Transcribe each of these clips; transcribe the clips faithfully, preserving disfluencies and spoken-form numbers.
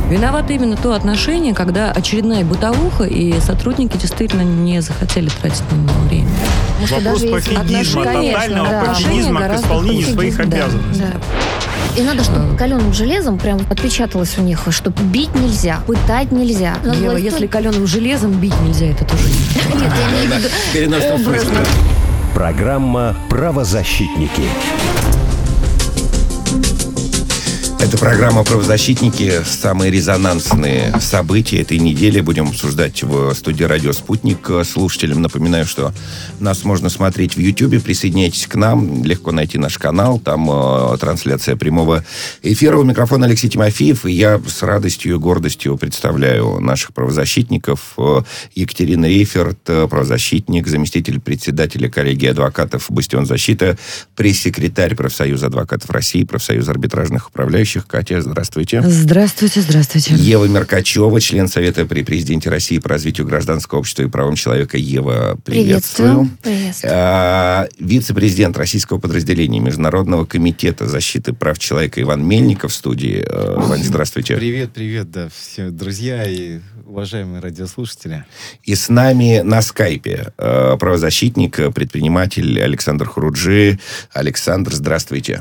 Виновато именно то отношение, когда очередная бытовуха, и сотрудники действительно не захотели тратить на него время. Вопрос пофигизма, тотального да. пофигизма к исполнению пофигизм, своих да, обязанностей. да. И надо, чтобы каленым железом прям отпечаталось у них, что бить нельзя, пытать нельзя. Ева, власть если только- каленым железом бить нельзя, это тоже не. Нет, я имею в виду Переносном смысле. образно. Программа «Правозащитники». Это программа «Правозащитники». Самые резонансные события этой недели будем обсуждать в студии «Радио Спутник». Слушателям напоминаю, что нас можно смотреть в Ютьюбе. Присоединяйтесь к нам. Легко найти наш канал. Там э, трансляция прямого эфира. У микрофона Алексей Тимофеев. И я с радостью и гордостью представляю наших правозащитников. Э, Екатерина Рейферт, э, правозащитник, заместитель председателя коллегии адвокатов «Бастион защиты», пресс-секретарь профсоюза адвокатов России, профсоюза арбитражных управляющих. Катя, здравствуйте. Здравствуйте, здравствуйте. Ева Меркачева, член Совета при президенте России по развитию гражданского общества и правам человека. Ева, приветствую. Приветствую. Приветствую. А, вице-президент российского подразделения Международного комитета защиты прав человека Иван Мельников в студии. А, Иван, здравствуйте. Привет, привет, да, все друзья и уважаемые радиослушатели. И с нами на скайпе а, правозащитник, предприниматель Александр Хуруджи. Александр, здравствуйте.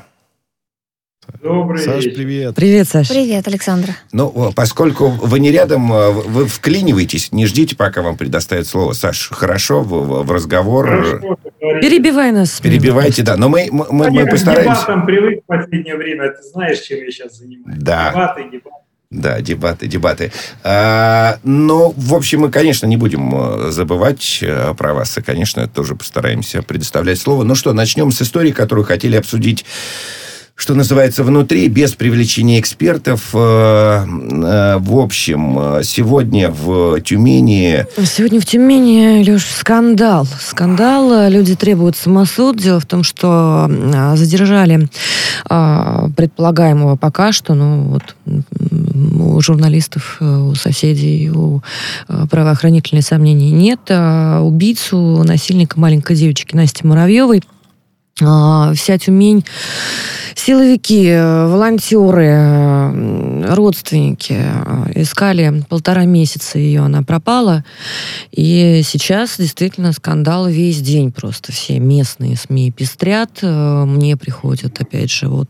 Добрый Саш, вечер. привет. Привет, Саша. Привет, Александр. Ну, поскольку вы не рядом, вы вклиниваетесь, не ждите, пока вам предоставят слово. Саш, хорошо в, в разговор. Хорошо, Перебивай нас. Перебивайте, да. Но мы, мы, мы, мы я к постараемся... дебатам привык в последнее время. Ты знаешь, чем я сейчас занимаюсь? Да. Дебаты, дебаты. Да, дебаты, дебаты. А, но, в общем, мы, конечно, не будем забывать а, про вас. И, конечно, тоже постараемся предоставлять слово. Ну что, начнем с истории, которую хотели обсудить, что называется, внутри, без привлечения экспертов. В общем, сегодня в Тюмени... Сегодня в Тюмени, Леш, скандал. Скандал. Люди требуют самосуд. Дело в том, что задержали предполагаемого пока что, ну, вот, у журналистов, у соседей, у правоохранительных сомнений нет. Убийцу, насильника маленькой девочки Насти Муравьевой. Вся Тюмень, силовики, волонтеры, родственники искали полтора месяца ее, она пропала. И сейчас действительно скандал весь день просто. Все местные СМИ пестрят. Мне приходят, опять же, вот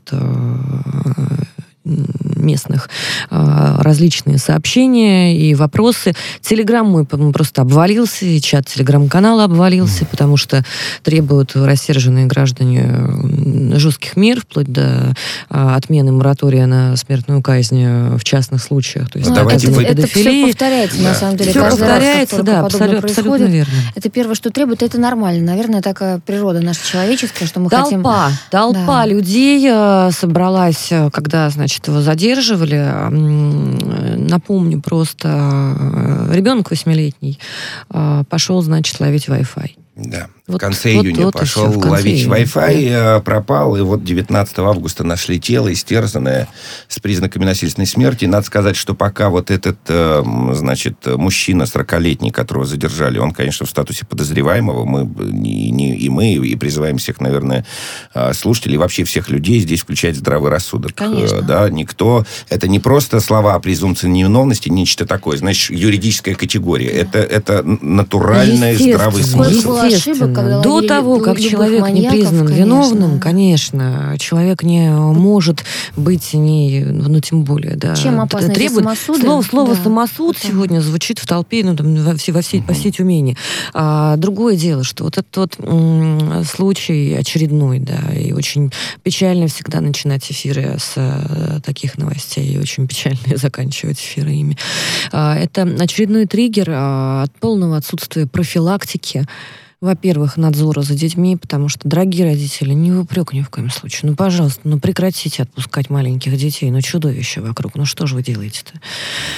местных различные сообщения и вопросы. Телеграм мой просто обвалился, и чат телеграм-канала обвалился, mm. потому что требуют рассерженные граждане жестких мер, вплоть до отмены моратория на смертную казнь в частных случаях. То есть, ну, давайте это, вы... это все повторяется, да. на самом деле. Все Каждый повторяется, раз, да, абсолютно, абсолютно верно. Это первое, что требует, это нормально. Наверное, такая природа наша человеческая, что мы толпа, хотим... Толпа, толпа да. людей собралась, когда, значит, его задерживали. Напомню просто, ребенок восьмилетний пошел, значит, ловить Wi-Fi. Да. Вот, в конце вот, июня вот пошел конце ловить июня. Wi-Fi, Да. пропал, и вот девятнадцатого августа нашли тело, истерзанное, с признаками насильственной смерти. Надо сказать, что пока вот этот, значит, мужчина сорокалетний, которого задержали, он, конечно, в статусе подозреваемого, мы, не, не, и мы, и призываем всех, наверное, слушателей, вообще всех людей здесь включать здравый рассудок. Конечно. Да, никто, это не просто слова о презумпции невиновности, нечто такое, значит, юридическая категория. Это, это натуральный здравый смысл. Ошибок, когда До ловили того, как любых человек не маньяков, признан конечно. виновным, конечно, человек не может быть не, ну, тем более, да. Чем опасны эти требует... самосуды? Слово, слово Да. самосуд Это... сегодня звучит в толпе, ну, там, во всей, во всей, по всей Тюмени. А, другое дело, что вот этот вот м- случай очередной, да, и очень печально всегда начинать эфиры с а, таких новостей, и очень печально заканчивать эфиры ими. А, это очередной триггер а, от полного отсутствия профилактики. Во-первых, надзора за детьми, потому что, дорогие родители, не в упрек ни в коем случае. Ну, пожалуйста, ну прекратите отпускать маленьких детей. Ну, чудовище вокруг. Ну, что же вы делаете-то?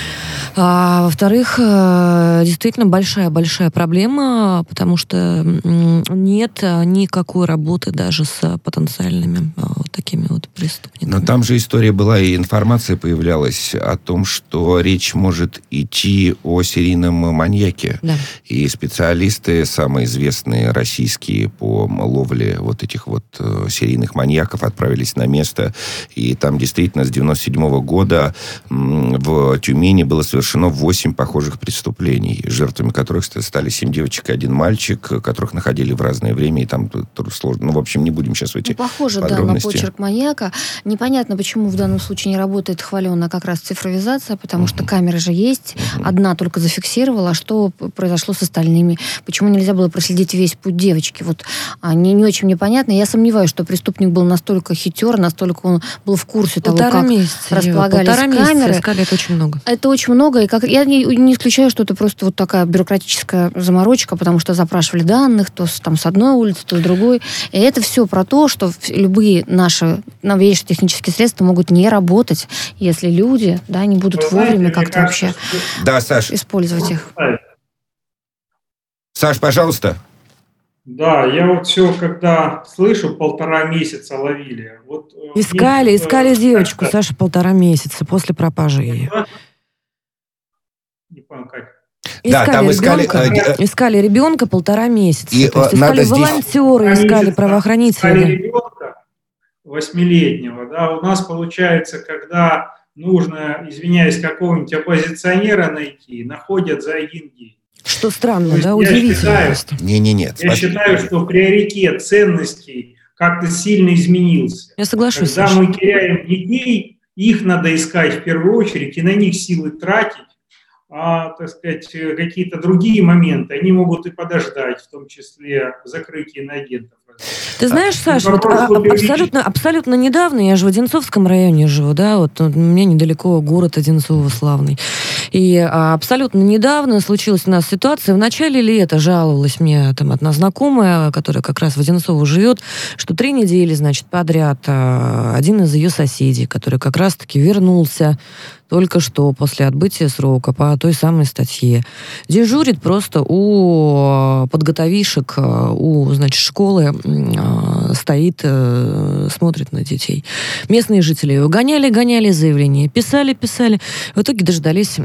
А, во-вторых, действительно большая-большая проблема, потому что нет никакой работы даже с потенциальными вот такими вот преступниками. Но там же история была, и информация появлялась о том, что речь может идти о серийном маньяке. Да. И специалисты, самые известные российские по ловле вот этих вот серийных маньяков, отправились на место. И там действительно с девяносто седьмого года в Тюмени было совершено восемь похожих преступлений, жертвами которых стали семь девочек и один мальчик, которых находили в разное время, и там сложно. Ну, в общем, не будем сейчас в эти ну, похоже, подробности. да, на почерк маньяка. Непонятно, почему в данном случае не работает хваленая как раз цифровизация, потому uh-huh. что камеры же есть. Uh-huh. Одна только зафиксировала, а что произошло с остальными. Почему нельзя было проследить весь путь девочки? Вот не, не очень мне понятно. Я сомневаюсь, что преступник был настолько хитер, настолько он был в курсе полтора того, как месяца, располагались полтора камеры. Месяца искали, это очень много. Это очень много. И как... Я не, не исключаю, что это просто вот такая бюрократическая заморочка, потому что запрашивали данных то с, там, с одной улицы, то с другой. И это все про то, что любые наши новейшие технические средства могут не работать, если люди, да, не будут Вы вовремя знаете, как-то кажется, вообще что... Да, Саш. использовать их. Саш, пожалуйста. Да, я вот все, когда слышу, полтора месяца ловили. Вот, искали, нет, искали э, девочку, как-то... Саша, полтора месяца после пропажи ее. Не понял, как. Искали да, там ребенка, искали... искали ребенка полтора месяца. И, То есть надо искали здесь... волонтеры, искали правоохранители. Искали ребенка восьмилетнего. Да, у нас получается, когда нужно, извиняюсь, какого-нибудь оппозиционера найти, находят за один день. Что странно, да, я удивительно. Считаю, не, не, нет. Я спасибо. считаю, что приоритет ценностей как-то сильно изменился. Я соглашусь. Когда Саша. мы теряем детей, их надо искать в первую очередь и на них силы тратить, а, так сказать, какие-то другие моменты, они могут и подождать, в том числе закрытие иноагентов. Ты знаешь, Саша, вот, а, абсолютно, абсолютно недавно, я же в Одинцовском районе живу, да, вот у меня недалеко город Одинцово славный. И а, абсолютно недавно случилась у нас ситуация, в начале лета жаловалась мне там одна знакомая, которая как раз в Одинцово живет, что три недели, значит, подряд а, один из ее соседей, который как раз-таки вернулся только что после отбытия срока по той самой статье, дежурит просто у подготовишек, у, значит, школы, стоит, смотрит на детей. Местные жители его гоняли, гоняли заявления, писали, писали. В итоге дождались,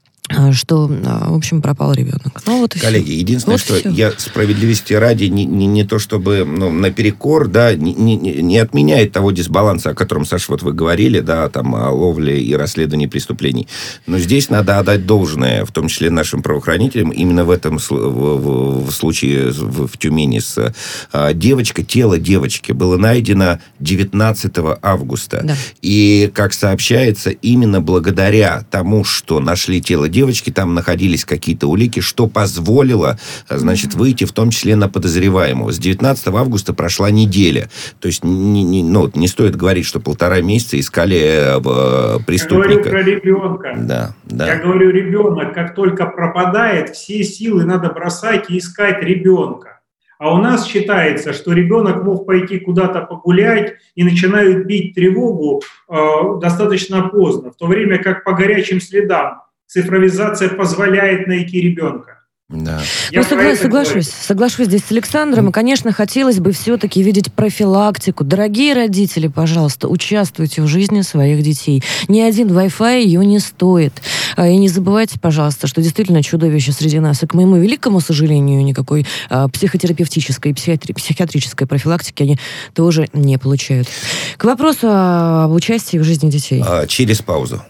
что, в общем, пропал ребенок. Ну, вот коллеги, все. единственное, вот что все. я справедливости ради не, не, не то чтобы ну, наперекор, да, не, не, не отменяет того дисбаланса, о котором, Саша, вот вы говорили, да, там, о ловле и расследовании преступлений. Но здесь надо отдать должное, в том числе нашим правоохранителям, именно в этом в, в, в случае в, в Тюмени с а, девочкой, тело девочки было найдено девятнадцатого августа. Да. И, как сообщается, именно благодаря тому, что нашли тело девочки, девочки, там находились какие-то улики, что позволило, значит, выйти в том числе на подозреваемого. С девятнадцатого августа прошла неделя. То есть не, не, ну, не стоит говорить, что полтора месяца искали э, преступника. Я говорю про ребенка. Да, да. Я говорю, ребенок, как только пропадает, все силы надо бросать и искать ребенка. А у нас считается, что ребенок мог пойти куда-то погулять и начинают бить тревогу э, достаточно поздно, в то время как по горячим следам цифровизация позволяет найти ребенка. Да. Я согла- соглашусь, соглашусь здесь с Александром. И, конечно, хотелось бы все-таки видеть профилактику. Дорогие родители, пожалуйста, участвуйте в жизни своих детей. Ни один Wi-Fi ее не стоит. И не забывайте, пожалуйста, что действительно чудовище среди нас. И, к моему великому сожалению, никакой а, психотерапевтической и психиатри- психиатрической профилактики они тоже не получают. К вопросу об участии в жизни детей. А, через паузу.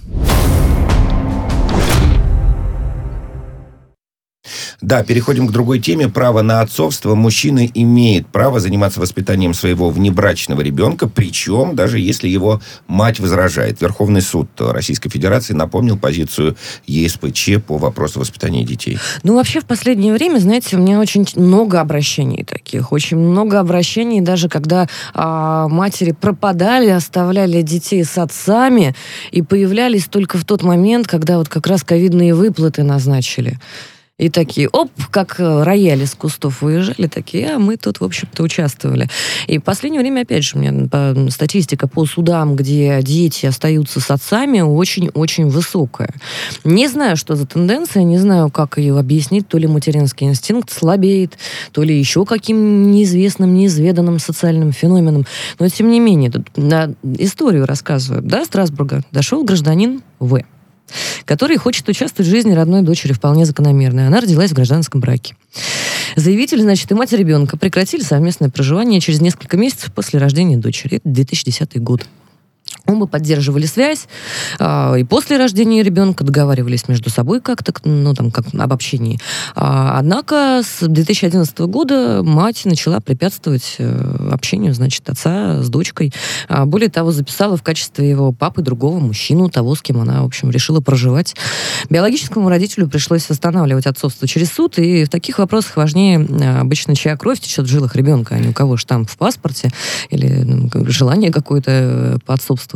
Да, переходим к другой теме. Право на отцовство. Мужчина имеет право заниматься воспитанием своего внебрачного ребенка, причем даже если его мать возражает. Верховный суд Российской Федерации напомнил позицию ЕСПЧ по вопросу воспитания детей. Ну, вообще, в последнее время, знаете, у меня очень много обращений таких. Очень много обращений, даже когда а, матери пропадали, оставляли детей с отцами и появлялись только в тот момент, когда вот как раз ковидные выплаты назначили. И такие, оп, как рояль из кустов выезжали, такие, а мы тут, в общем-то, участвовали. И в последнее время, опять же, у меня статистика по судам, где дети остаются с отцами, очень-очень высокая. Не знаю, что за тенденция, не знаю, как ее объяснить. То ли материнский инстинкт слабеет, то ли еще каким неизвестным, неизведанным социальным феноменом. Но, тем не менее, тут, да, историю рассказывают. До Страсбурга дошел гражданин В., который хочет участвовать в жизни родной дочери, вполне закономерно. Она родилась в гражданском браке. Заявитель, значит, и мать ребенка прекратили совместное проживание через несколько месяцев после рождения дочери. Это две тысячи десятый год. Оба поддерживали связь, э, и после рождения ребенка договаривались между собой как-то, ну, там, как об общении. А, однако с две тысячи одиннадцатого года мать начала препятствовать э, общению, значит, отца с дочкой. А, более того, записала в качестве его папы другого мужчину, того, с кем она, в общем, решила проживать. Биологическому родителю пришлось восстанавливать отцовство через суд, и в таких вопросах важнее э, обычно, чья кровь течет в жилах ребенка, а не у кого штамп в паспорте или ну, желание какое-то поотцовствовать.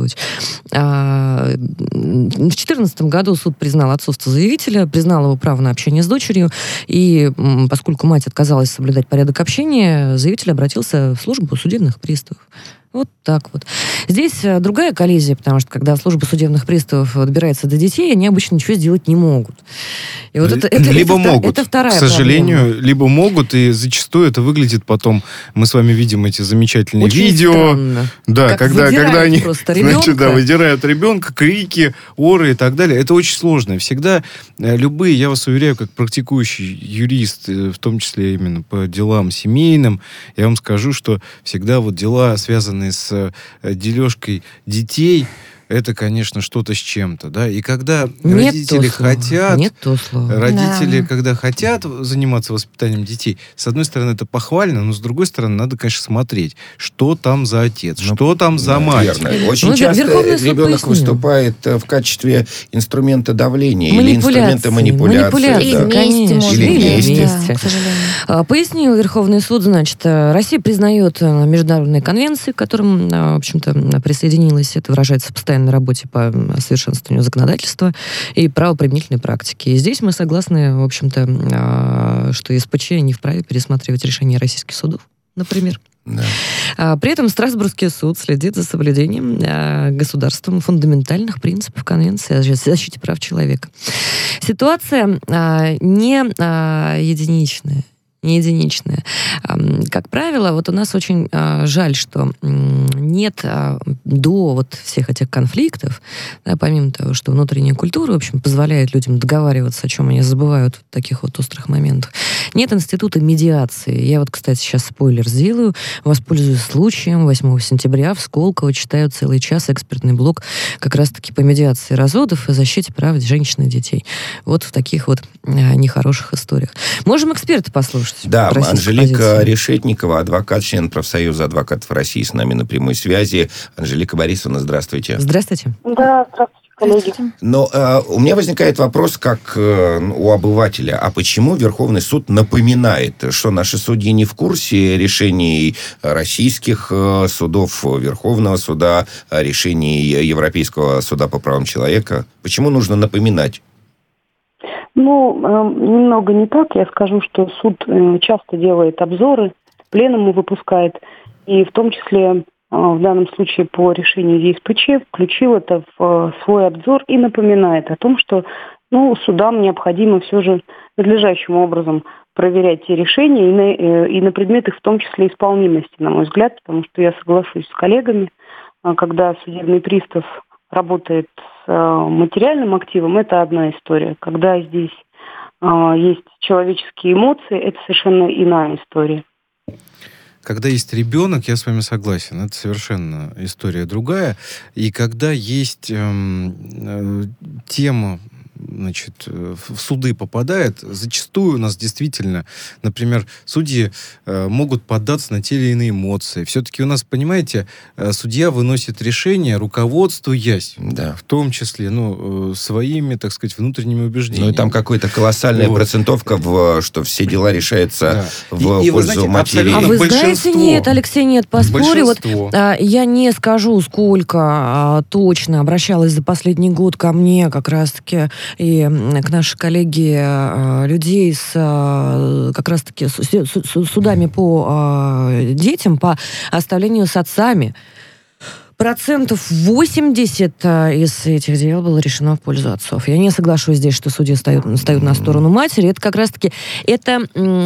А, в две тысячи четырнадцатом году суд признал отцовство заявителя, признал его право на общение с дочерью, и поскольку мать отказалась соблюдать порядок общения, заявитель обратился в службу судебных приставов. Вот так вот. Здесь другая коллизия, потому что когда служба судебных приставов добирается до детей, они обычно ничего сделать не могут. И вот это, это, либо это, могут, это вторая к сожалению, проблема. Либо могут, и зачастую это выглядит потом, мы с вами видим эти замечательные Очень видео, странно. да, Как когда, когда они значит, да, ребенка. выдирают ребенка, крики, оры и так далее. Это очень сложно. Всегда любые, я вас уверяю, как практикующий юрист, в том числе именно по делам семейным, я вам скажу, что всегда вот дела, связанные с дележкой детей, это, конечно, что-то с чем-то, да. И когда Нет родители хотят, Нет то слова. родители, Да. когда хотят заниматься воспитанием детей, с одной стороны, это похвально, но с другой стороны, надо, конечно, смотреть, что там за отец, ну, что там за мать. Верно. Очень Ну, часто Верховный суд ребенок пояснил. выступает в качестве инструмента давления или Манипуляции. инструмента манипуляции. Манипуляции, Или да. вместе, конечно. можно. Или Да, вместе. к сожалению. А, Пояснил Верховный суд, значит, э, Россия признает э, международные конвенции, к которым, э, в общем-то, присоединилась. Это выражается в постоянной работе по совершенствованию законодательства и правоприменительной практики. И здесь мы согласны, в общем-то, э, что СПЧ не вправе пересматривать решения российских судов, например. Да. А, При этом Страсбургский суд следит за соблюдением а, государством фундаментальных принципов Конвенции о защите прав человека. Ситуация а, не а, единичная. Не единичная. А, Как правило, вот у нас очень а, жаль, что м, нет а, до вот всех этих конфликтов, да, помимо того, что внутренняя культура, в общем, позволяет людям договариваться, о чем они забывают в таких вот острых моментах, нет института медиации. Я вот, кстати, сейчас спойлер сделаю, воспользуюсь случаем. восьмого сентября в Сколково читаю целый час экспертный блок как раз-таки по медиации разводов и защите прав женщин и детей. Вот в таких вот а, нехороших историях. Можем эксперта послушать. Да, Российскую Анжелика позицию. Решетникова, адвокат, член профсоюза адвокатов России, с нами на прямой связи. Анжелика Борисовна, здравствуйте. Здравствуйте. Да, здравствуйте, коллеги. Но э, у меня возникает вопрос, как э, у обывателя, а почему Верховный суд напоминает, что наши судьи не в курсе решений российских э, судов, Верховного суда, решений Европейского суда по правам человека? Почему нужно напоминать? Ну, э, немного не так. Я скажу, что суд э, часто делает обзоры, пленумы выпускает, и в том числе э, в данном случае по решению ЕСПЧ включил это в э, свой обзор и напоминает о том, что ну, судам необходимо все же надлежащим образом проверять те решения и на, э, и на предмет их в том числе исполнимости, на мой взгляд, потому что я соглашусь с коллегами, э, когда судебный пристав работает с э, материальным активом, это одна история. Когда здесь э, есть человеческие эмоции, это совершенно иная история. Когда есть ребенок, я с вами согласен, это совершенно история другая. И когда есть эм, э, тема, значит, в суды попадает, зачастую у нас действительно, например, судьи э, могут поддаться на те или иные эмоции. Все-таки у нас, понимаете, э, судья выносит решение, руководствуясь, Да. в том числе, ну, э, своими, так сказать, внутренними убеждениями. Ну, и там какая-то колоссальная Вот. процентовка, в, что все дела решаются Да. в И- и вы пользу знаете, матери. А абсолютно вы большинство. знаете, нет, Алексей, нет, поспорю. Вот, Большинство. а, я не скажу, сколько а, точно обращалась за последний год ко мне как раз-таки и привлекли к нашей коллеге людей с как раз-таки судами по детям, по оставлению с отцами. Процентов восемьдесят из этих дел было решено в пользу отцов. Я не соглашусь здесь, что судьи встают, встают на сторону матери. Это как раз-таки, это,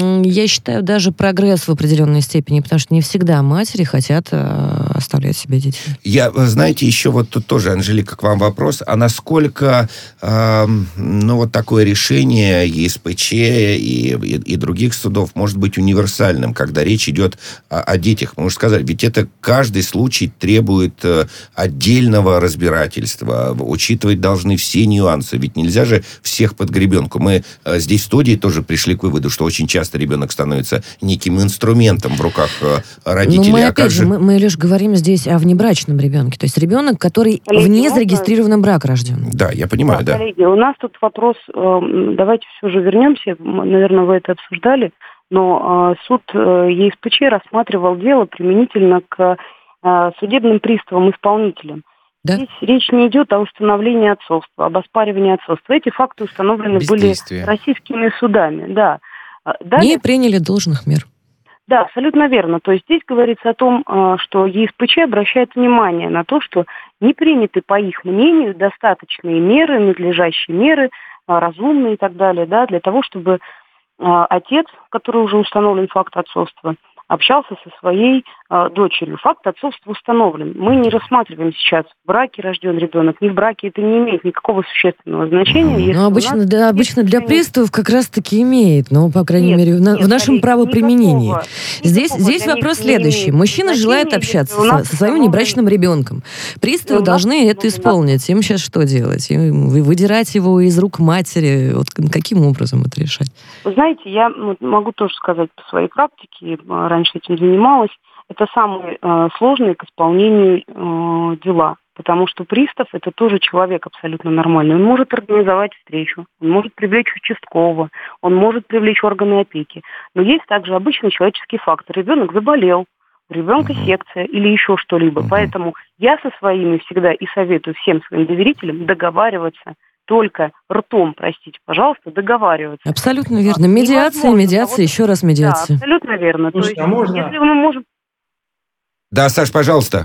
я считаю, даже прогресс в определенной степени, потому что не всегда матери хотят оставлять себе детей. Я, знаете, еще вот тут тоже, Анжелика, к вам вопрос. А насколько, э, ну, вот такое решение ЕСПЧ и, и, и других судов может быть универсальным, когда речь идет о, о детях? Можно сказать, ведь это каждый случай требует отдельного разбирательства. Учитывать должны все нюансы. Ведь нельзя же всех под гребенку. Мы здесь в студии тоже пришли к выводу, что очень часто ребенок становится неким инструментом в руках родителей. Ну, мы, а опять же, же... мы, мы лишь говорим здесь о внебрачном ребенке. То есть ребенок, который коллеги, вне зарегистрированного брака рожден. Да, я понимаю, да. да. Коллеги, у нас тут вопрос, давайте все же вернемся, наверное, вы это обсуждали, но суд ЕСПЧ рассматривал дело применительно к судебным приставам-исполнителям. Да? Здесь речь не идет о установлении отцовства, об оспаривании отцовства. Эти факты установлены были российскими судами. Да. Далее, не приняли должных мер. Да, абсолютно верно. То есть здесь говорится о том, что ЕСПЧ обращает внимание на то, что не приняты, по их мнению, достаточные меры, надлежащие меры, разумные и так далее, да, для того, чтобы отец, который уже установлен факт отцовства, общался со своей э, дочерью. Факт отцовства установлен. Мы не рассматриваем сейчас, в браке рожден ребенок, не в браке, это не имеет никакого существенного значения. Ну, обычно, да, обычно для приставов как раз-таки имеет, но, по крайней нет, мере, в, нет, в нашем коллеги, правоприменении. никакого, здесь никакого здесь вопрос следующий. имеет Мужчина желает общаться со, со своим внебрачным ребенком. Приставы должны это исполнить. Им сейчас что делать? Им выдирать его из рук матери? Вот каким образом это решать? Вы знаете, я могу тоже сказать по своей практике, раньше этим занималась, это самые э, сложные к исполнению э, дела, потому что пристав – это тоже человек абсолютно нормальный. Он может организовать встречу, он может привлечь участкового, он может привлечь органы опеки. Но есть также обычный человеческий фактор. Ребенок заболел, у ребенка секция или еще что-либо. Поэтому я со своими всегда и советую всем своим доверителям договариваться только ртом, простите, пожалуйста, договариваться. Абсолютно верно. Медиация, медиация, еще раз медиация. Да, абсолютно верно. Слушайте, То есть, а можно... если мы можем... Да, Саш, пожалуйста.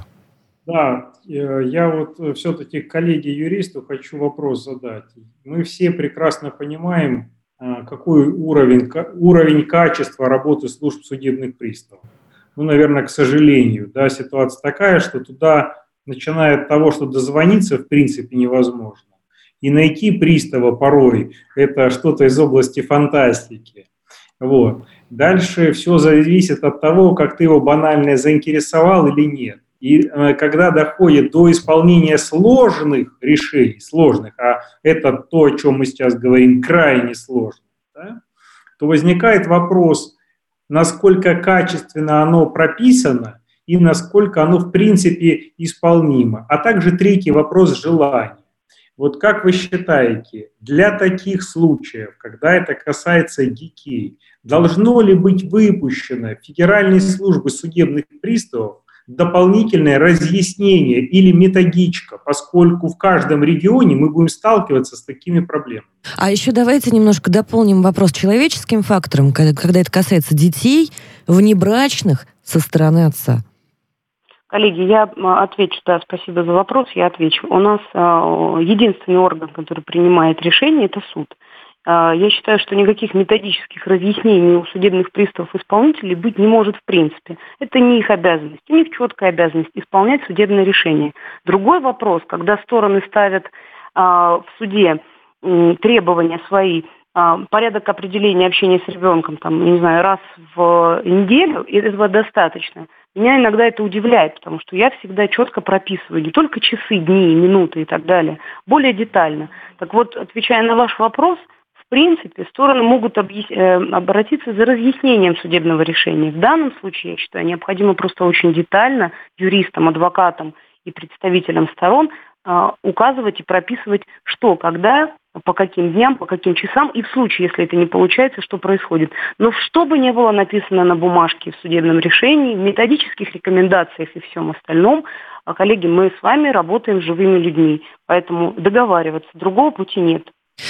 Да, я вот все-таки коллеге-юристу хочу вопрос задать. Мы все прекрасно понимаем, какой уровень, уровень качества работы служб судебных приставов. Ну, наверное, к сожалению, да, ситуация такая, что туда, начиная от того, что дозвониться в принципе невозможно, и найти пристава порой это что-то из области фантастики. Вот. Дальше все зависит от того, как ты его банально заинтересовал или нет. И э, когда доходит до исполнения сложных решений, сложных, а это то, о чем мы сейчас говорим, крайне сложно, да, то возникает вопрос, насколько качественно оно прописано и насколько оно в принципе исполнимо. А также третий вопрос – желания. Вот как вы считаете, для таких случаев, когда это касается детей, должно ли быть выпущено Федеральной службой судебных приставов дополнительное разъяснение или методичка, поскольку в каждом регионе мы будем сталкиваться с такими проблемами? А еще давайте немножко дополним вопрос человеческим фактором, когда, когда это касается детей внебрачных со стороны отца. Коллеги, я отвечу, да, спасибо за вопрос, я отвечу. У нас э, единственный орган, который принимает решение, это суд. Э, я считаю, что никаких методических разъяснений у судебных приставов-исполнителей быть не может в принципе. Это не их обязанность. У них четкая обязанность исполнять судебное решение. Другой вопрос, когда стороны ставят э, в суде э, требования свои, порядок определения общения с ребенком, там, не знаю, раз в неделю, и этого достаточно. Меня иногда это удивляет, потому что я всегда четко прописываю не только часы, дни, минуты и так далее, более детально. Так вот, отвечая на ваш вопрос, в принципе, стороны могут объяс... обратиться за разъяснением судебного решения. В данном случае, я считаю, необходимо просто очень детально юристам, адвокатам и представителям сторон э, указывать и прописывать, что, когда, по каким дням, по каким часам, и в случае, если это не получается, что происходит. Но что бы ни было написано на бумажке в судебном решении, в методических рекомендациях и всем остальном, коллеги, мы с вами работаем с живыми людьми, поэтому договариваться, другого пути нет.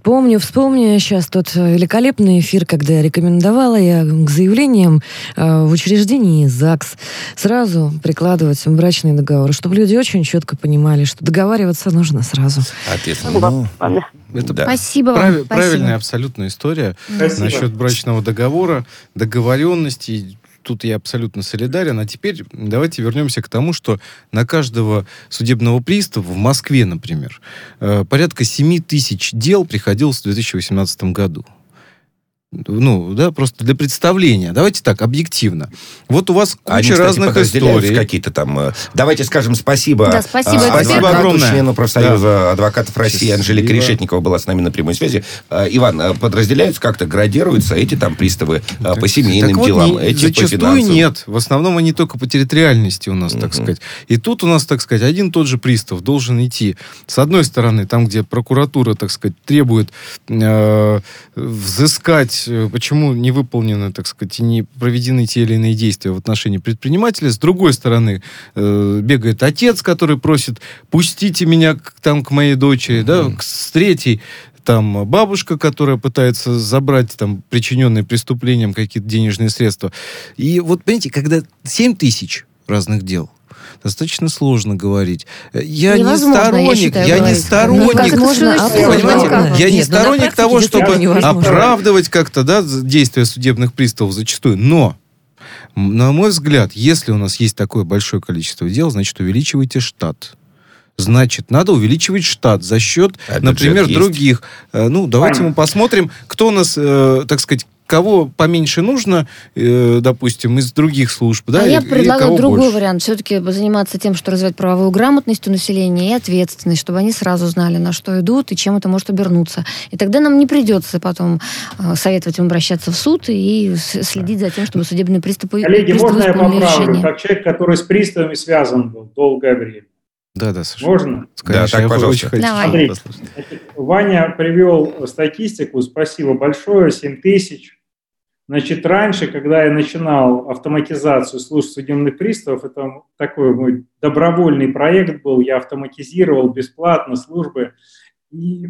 Вспомню, вспомню сейчас тот великолепный эфир, когда рекомендовала я к заявлениям э, в учреждении ЗАГС сразу прикладывать брачный договор, чтобы люди очень четко понимали, что договариваться нужно сразу. Ответственно. Ну, Это да. Спасибо вам. Прав- Спасибо. Правильная абсолютно история Спасибо. насчет брачного договора, договоренностей. Тут я абсолютно солидарен. А теперь давайте вернемся к тому, что на каждого судебного пристава в Москве, например, э, порядка семь тысяч дел приходилось в две тысячи восемнадцатом году. Ну, да, просто для представления. Давайте так, объективно. Вот у вас куча Они, кстати, разных подразделяются историй. какие-то там... э, Давайте скажем спасибо, Да, спасибо. а, Спасибо адвокату, огромное. члену профсоюза адвокатов России Счастливо. Анжелика Решетникова была с нами на прямой связи. А, Иван, а, подразделяются как-то, градируются эти там приставы а, по семейным Так вот, делам, не- эти по зачастую финансовым? нет. В основном они только по территориальности у нас, так сказать. И тут у нас, так сказать, один и тот же пристав должен идти. С одной стороны, там, где прокуратура, так сказать, требует э, взыскать, э, почему не выполнены, так сказать, и не проведены те или иные действия в отношении предпринимателя. С другой стороны, э, бегает отец, который просит: пустите меня к, там, к моей дочери. Mm-hmm. Да? С третьей там бабушка, которая пытается забрать там причиненные преступлением какие-то денежные средства. И вот, понимаете, когда семь тысяч разных дел, достаточно сложно говорить. Я Невозможно, не я сторонник, считаю, я не говорить. сторонник, Невозможно, а понимаете, можно. я не Нет, ну, на сторонник практике того, действительно чтобы невозможно. оправдывать как-то, да, действия судебных приставов зачастую. Но, на мой взгляд, если у нас есть такое большое количество дел, значит, увеличивайте штат. Значит, надо увеличивать штат за счет, А например, бюджет есть? других. Э, Ну, давайте мы посмотрим, кто у нас, э, так сказать, кого поменьше нужно, э, допустим, из других служб, да, а и- я и предлагаю кого другой больше. вариант. Все-таки заниматься тем, что развивать правовую грамотность у населения и ответственность, чтобы они сразу знали, на что идут и чем это может обернуться. И тогда нам не придется потом э, советовать им обращаться в суд и с- следить за тем, чтобы судебные приступы, Коллеги, приставы можно я исполнили поправлю? решение. Как человек, который с приставами связан был долгое время. Да, да, Саша. Можно? Конечно, так, я пожалуйста. очень хочу Давай. Андрей. послушать. Значит, Ваня привел статистику, спасибо большое, семь тысяч. Значит, раньше, когда я начинал автоматизацию служб судебных приставов, это такой мой добровольный проект был, я автоматизировал бесплатно службы, и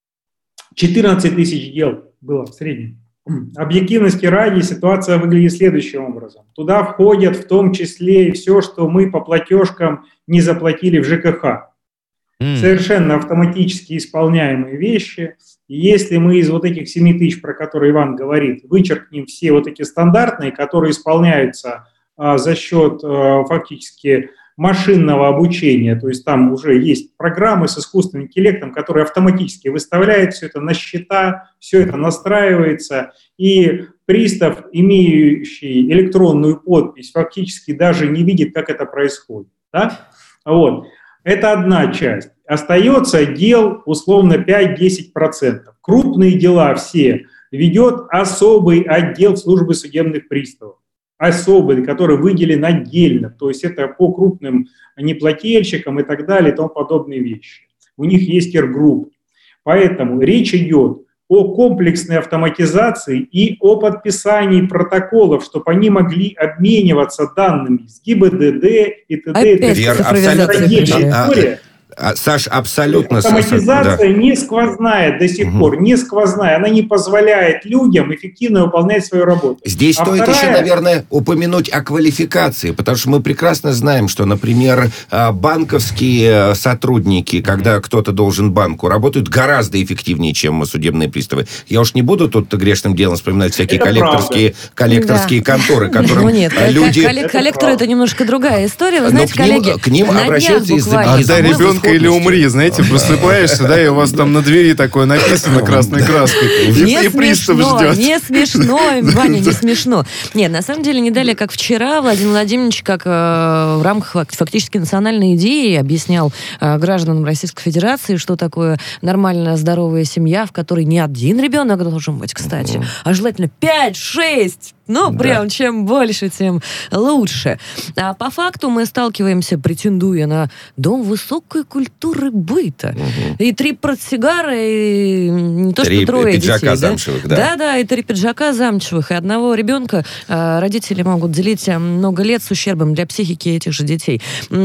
четырнадцать тысяч дел было в среднем. Объективности ради ситуация выглядит следующим образом. Туда входят в том числе и все, что мы по платежкам не заплатили в ЖКХ. М. Совершенно автоматически исполняемые вещи. И если мы из вот этих семи тысяч, про которые Иван говорит, вычеркнем все вот эти стандартные, которые исполняются а, за счет а, фактически машинного обучения, то есть там уже есть программы с искусственным интеллектом, которые автоматически выставляют все это на счета, все это настраивается, и пристав, имеющий электронную подпись, фактически даже не видит, как это происходит. Да? Вот. Это одна часть. Остается дел условно пять-десять процентов. Крупные дела все ведет особый отдел службы судебных приставов. Особый, который выделен отдельно. То есть это по крупным неплательщикам и так далее и тому подобные вещи. У них есть эр-группы. Поэтому речь идет о комплексной автоматизации и о подписании протоколов, чтобы они могли обмениваться данными с ГИБДД и т.д. Опять Вер, цифровизация абсолютно. пришли. А, история. А, Саш, абсолютно... Автоматизация да. не сквозная до сих Мгм. пор, не сквозная. Она не позволяет людям эффективно выполнять свою работу. Здесь А стоит вторая- еще, наверное, упомянуть о квалификации, потому что мы прекрасно знаем, что, например, а, банковские сотрудники, когда кто-то должен банку, работают гораздо эффективнее, чем судебные приставы. Я уж не буду тут грешным делом вспоминать всякие Это коллекторские, коллекторские конторы, которым Ну нет, а, люди... коллек- коллектор правда. это немножко другая история. Вы Но знаете, к ним- коллеги, к ним на днях обращаются из-за буквально, из-за Отдай по-моему, ребенка или умри, знаете, просыпаешься, да, и у вас там на двери такое написано красной краской. Не И пристав смешно, ждет. не смешно, Ваня, не смешно. Нет, на самом деле, не далее, как вчера, Владимир Владимирович, как э, в рамках фак- фактически национальной идеи, объяснял э, гражданам Российской Федерации, что такое нормальная, здоровая семья, в которой не один ребенок должен быть, кстати, а желательно пять-шесть. Ну, Да. прям, чем больше, тем лучше. А по факту мы сталкиваемся, претендуя на дом высокой культуры быта. И три портсигара, и не то, Три что трое пиджака детей. да? замшевых, да. Да-да, и три пиджака замшевых. И одного ребенка э, родители могут делить э, много лет с ущербом для психики этих же детей. М,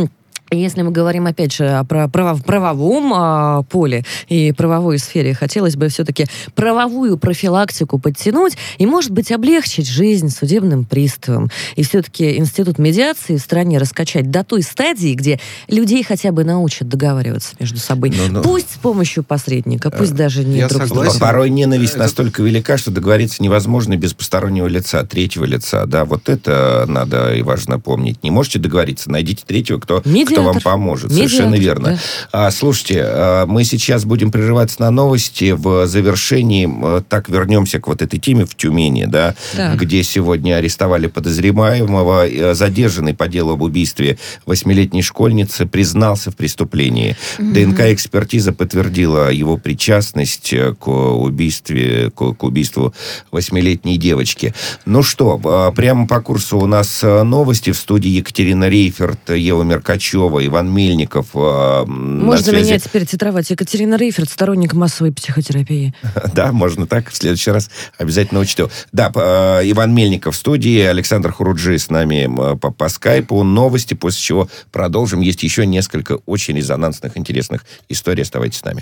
Если мы говорим, опять же, о право, правовом а, поле и правовой сфере, хотелось бы все-таки правовую профилактику подтянуть и, может быть, облегчить жизнь судебным приставам. И все-таки институт медиации в стране раскачать до той стадии, где людей хотя бы научат договариваться между собой. Но, но... Пусть с помощью посредника, пусть даже не Я друг с другом. Порой ненависть это... настолько велика, что договориться невозможно без постороннего лица, третьего лица. Да, вот это надо и важно помнить. Не можете договориться, найдите третьего, кто... Кто вам поможет. Медиатор, совершенно верно. Да. А, слушайте, а, мы сейчас будем прерываться на новости. В завершении а, так вернемся к вот этой теме в Тюмени, да, так. где сегодня арестовали подозреваемого. А, задержанный по делу об убийстве восьмилетней школьницы признался в преступлении. Mm-hmm. ДНК-экспертиза подтвердила его причастность к, убийстве, к, к убийству восьмилетней девочки. Ну что, а, прямо по курсу у нас новости. В студии Екатерина Рейферт, Ева Меркачева, Иван Мельников. Э, можно меня теперь титровать. Екатерина Рейферт, сторонник массовой психотерапии. Да, можно так. В следующий раз обязательно учту. Да, э, Иван Мельников в студии, Александр Хуруджи с нами э, по, по скайпу. Новости, после чего продолжим. Есть еще несколько очень резонансных, интересных историй. Оставайтесь с нами.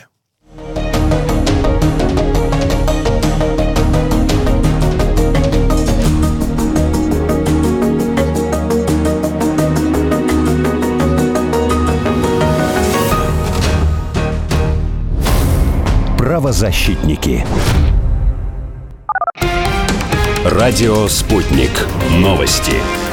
Правозащитники. Радио «Спутник». Новости.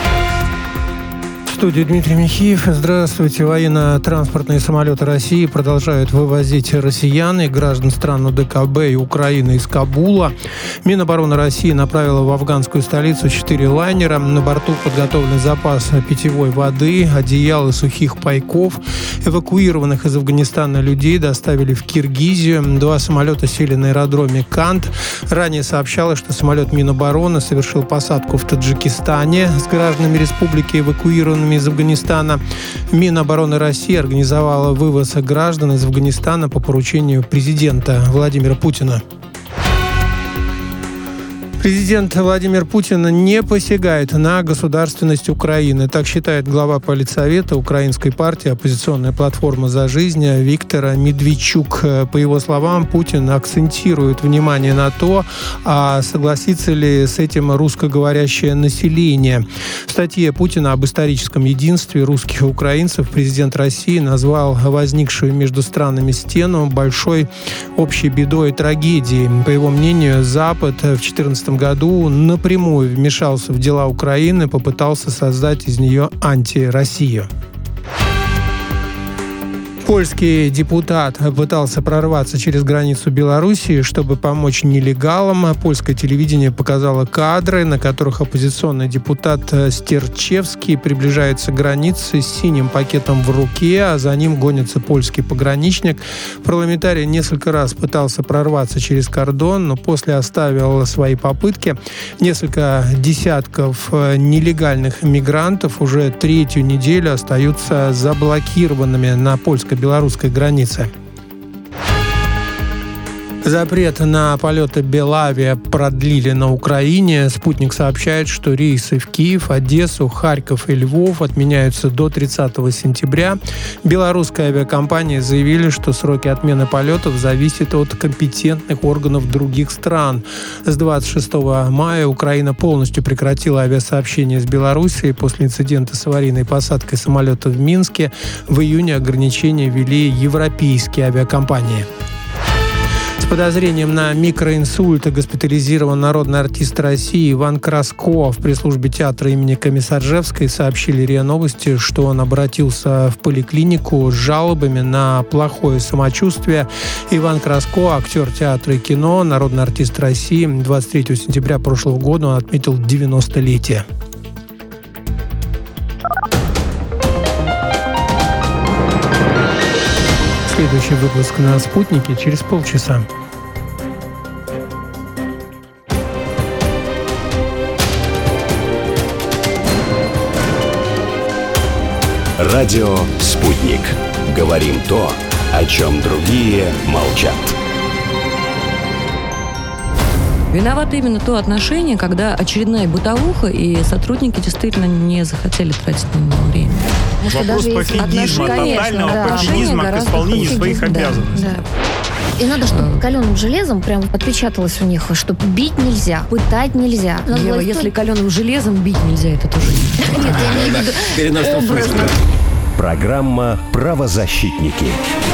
В студии Дмитрий Михеев. Здравствуйте. Военно-транспортные самолеты России продолжают вывозить россиян и граждан стран ОДКБ и Украины из Кабула. Минобороны России направила в афганскую столицу четыре лайнера. На борту подготовлен запас питьевой воды, одеял и сухих пайков. Эвакуированных из Афганистана людей доставили в Киргизию. Два самолета сели на аэродроме Кант. Ранее сообщалось, что самолет Минобороны совершил посадку в Таджикистане с гражданами республики, эвакуированными из Афганистана. Минобороны России организовала вывоз граждан из Афганистана по поручению президента Владимира Путина. Президент Владимир Путин не посягает на государственность Украины. Так считает глава Политсовета Украинской партии «Оппозиционная платформа за жизнь» Виктор Медведчук. По его словам, Путин акцентирует внимание на то, а согласится ли с этим русскоговорящее население. В статье Путина об историческом единстве русских и украинцев президент России назвал возникшую между странами стену большой общей бедой и трагедией. По его мнению, Запад в две тысячи четырнадцатом году напрямую вмешался в дела Украины, попытался создать из нее антироссию. Польский депутат пытался прорваться через границу Белоруссии, чтобы помочь нелегалам. Польское телевидение показало кадры, на которых оппозиционный депутат Стерчевский приближается к границе с синим пакетом в руке, а за ним гонится польский пограничник. Парламентарий несколько раз пытался прорваться через кордон, но после оставил свои попытки. Несколько десятков нелегальных мигрантов уже третью неделю остаются заблокированными на польско-белорусской границе. Запрет на полеты Белавиа продлили на Украине. Спутник сообщает, что рейсы в Киев, Одессу, Харьков и Львов отменяются до тридцатого сентября. Белорусская авиакомпания заявили, что сроки отмены полетов зависят от компетентных органов других стран. С двадцать шестого мая Украина полностью прекратила авиасообщение с Белоруссией после инцидента с аварийной посадкой самолета в Минске. В июне ограничения ввели европейские авиакомпании. С подозрением на микроинсульт госпитализирован народный артист России Иван Краско. В пресс-службе театра имени Комиссаржевской сообщили РИА Новости, что он обратился в поликлинику с жалобами на плохое самочувствие. Иван Краско, актер театра и кино, народный артист России. двадцать третьего сентября прошлого года он отметил девяностолетие. Следующий выпуск на «Спутнике» через полчаса. Радио «Спутник». Говорим то, о чем другие молчат. Виновато именно то отношение, когда очередная бытовуха, и сотрудники действительно не захотели тратить на него время. Вопрос пофигизма, тотального пофигизма к исполнению своих обязанностей. И надо, чтобы каленым железом прям отпечаталось у них, что бить нельзя, пытать нельзя. Ева, если каленым железом бить нельзя, это тоже не... Нет, я имею в виду образно. Программа «Правозащитники».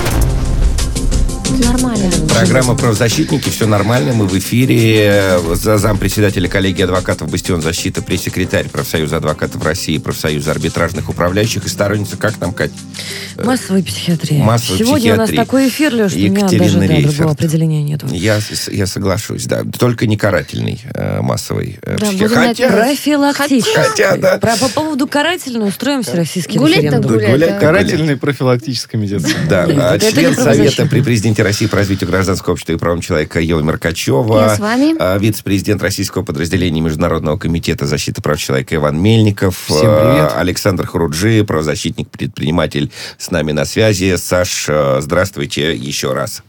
Нормально. Программа «Правозащитники», все нормально, мы в эфире. Зампредседателя коллегии адвокатов «Бастион защиты», пресс-секретарь профсоюза адвокатов России, профсоюза арбитражных управляющих и сторонница, как там, Кать? Массовая психиатрия. Массовая Сегодня психиатрия. у нас такой эфир, Леш, что у меня даже да, другого определения нет. Я, я соглашусь, да. Только не карательный, э, массовый. Э, да, психи... Хотя... Профилактический. Хотя, да. Про, по поводу карательного устроим всероссийский гулять референдум. Гулять, гулять, да. карательный профилактический медицинский. Да, Нет, а это член не Совета при президенте России по развитию гражданского общества и правам человека Ева Меркачева. Я с вами. А, вице-президент российского подразделения Международного комитета защиты прав человека Иван Мельников. Всем привет. А, Александр Хуруджи, правозащитник, предприниматель, с нами на связи. Саш, здравствуйте еще раз.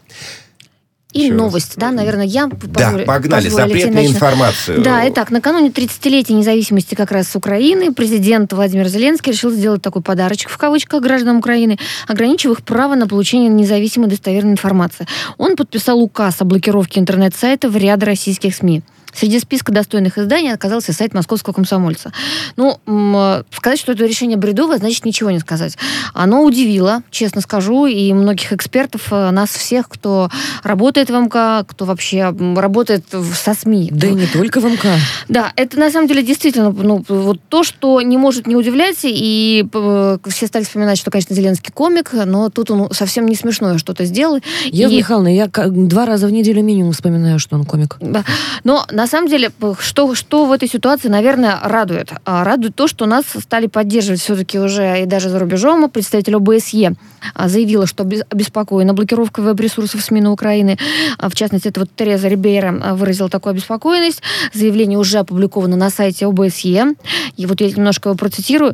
И Еще новость, раз. да, наверное, я Да, позволю, погнали, позволю, запретную Алексей, информацию. Да, итак, накануне тридцатилетия независимости как раз с Украины президент Владимир Зеленский решил сделать такой подарочек, в кавычках, гражданам Украины, ограничив их право на получение независимой достоверной информации. Он подписал указ о блокировке интернет-сайтов ряда российских СМИ. Среди списка достойных изданий оказался сайт «Московского комсомольца». Ну, м- сказать, что это решение бредовое, значит ничего не сказать. Оно удивило, честно скажу, и многих экспертов, нас всех, кто работает в МК, кто вообще работает со СМИ. Да и не только в МК. Да, это на самом деле действительно ну, вот то, что не может не удивлять, и э, все стали вспоминать, что, конечно, Зеленский комик, но тут он совсем не смешное что-то сделал. Ева и... Михайловна, я два раза в неделю минимум вспоминаю, что он комик. Да. Но на самом деле, что, что в этой ситуации, наверное, радует? А, радует то, что нас стали поддерживать все-таки уже и даже за рубежом. Представитель ОБСЕ заявила, что обеспокоена блокировкой веб-ресурсов СМИ на Украине. В частности, это вот Тереза Рибейро выразила такую обеспокоенность. Заявление уже опубликовано на сайте ОБСЕ. И вот я немножко его процитирую,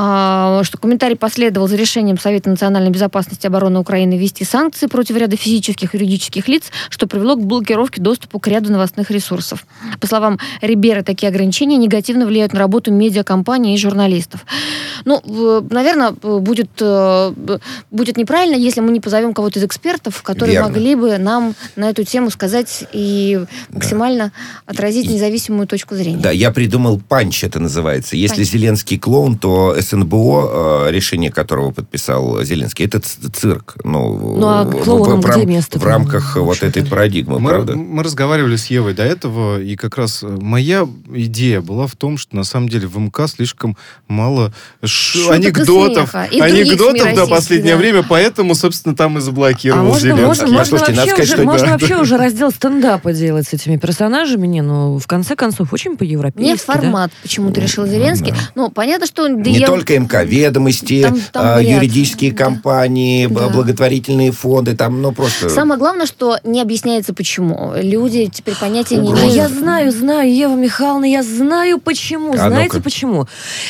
что комментарий последовал за решением Совета национальной безопасности и обороны Украины ввести санкции против ряда физических и юридических лиц, что привело к блокировке доступа к ряду новостных ресурсов. По словам Рибейро, такие ограничения негативно влияют на работу медиакомпаний и журналистов. Ну, наверное, будет, будет неправильно, если мы не позовем кого-то из экспертов, которые Верно. могли бы нам на эту тему сказать и максимально да. отразить и, независимую точку зрения. Да, я придумал панч, это называется. Если панч. Зеленский клоун, то СНБО, решение которого подписал Зеленский, это цирк. Ну, ну а клоунам в, в, где рам, место? В рамках ну, вот этой парадигмы, мы, правда? Мы разговаривали с Евой до этого, и как раз моя идея была в том, что на самом деле в МК слишком мало ш... анекдотов, и анекдотов до последнее да. время, поэтому, собственно, там и заблокировал а можно, Зеленский. Можно, можно, Слушайте, вообще, сказать, уже, что можно да, вообще да. уже раздел стендапа делать с этими персонажами, не, ну, в конце концов, очень по-европейски. Не формат, да? Почему-то решил Зеленский. Да. Ну, понятно, что... Да не я... только МК, ведомости, там, там а, юридические да. компании, да. благотворительные фонды, там, ну, просто... Самое главное, что не объясняется, почему. Люди теперь понятия не имеют. имеют. Я знаю, знаю, Ева Михайловна, я знаю, почему. А Знаете, ну-ка. почему?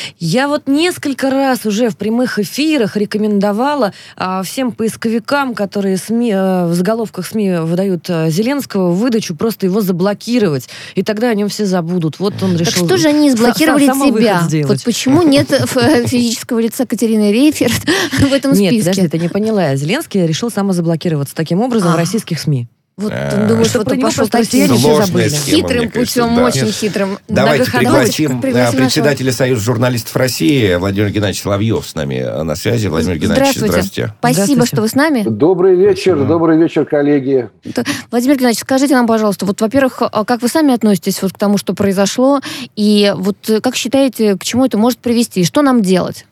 Я вот несколько раз уже в прямых эфирах рекомендовала а, всем поисковикам, которые СМИ, а, в заголовках СМИ выдают а, Зеленского, выдачу, просто его заблокировать. И тогда о нем все забудут. Вот он решил... Так что же они заблокировали тебя? Вот почему нет физического лица Катерины Рейферт в этом списке? Нет, подожди, ты не поняла. Зеленский решил самозаблокироваться таким образом в российских СМИ. Вот он думает, что про него пошел таким хитрым путем, да. очень хитрым. Давайте пригласим, пригласим председателя нашего... Союза журналистов России Владимир Геннадьевич Соловьев с нами на связи. Владимир Геннадьевич, здравствуйте. здравствуйте. Спасибо, здравствуйте. что вы с нами. Добрый вечер, Спасибо. добрый вечер, коллеги. Владимир Геннадьевич, скажите нам, пожалуйста, вот, во-первых, как вы сами относитесь вот к тому, что произошло, и вот как считаете, к чему это может привести, что нам делать?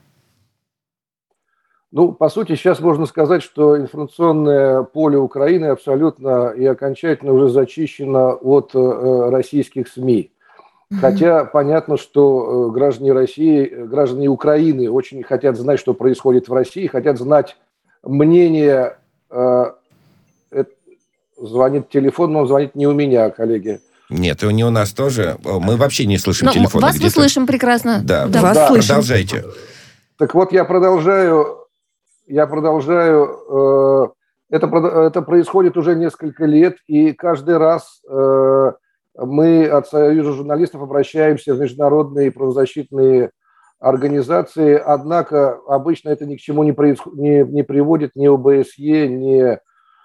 Ну, по сути, сейчас можно сказать, что информационное поле Украины абсолютно и окончательно уже зачищено от э, российских СМИ. Mm-hmm. Хотя понятно, что э, граждане России, граждане Украины очень хотят знать, что происходит в России, хотят знать мнение. Э, э, звонит телефон, но он звонит не у меня, коллеги. Нет, и не у нас тоже. Мы вообще не слышим но телефона. Вас мы слышим прекрасно. Да, да. Вас да. слышим. Продолжайте. Так вот, я продолжаю... Я продолжаю, э, это, это происходит уже несколько лет, и каждый раз э, мы от Союза журналистов обращаемся в международные правозащитные организации, однако обычно это ни к чему не, происход... не, не приводит ни ОБСЕ, ни э,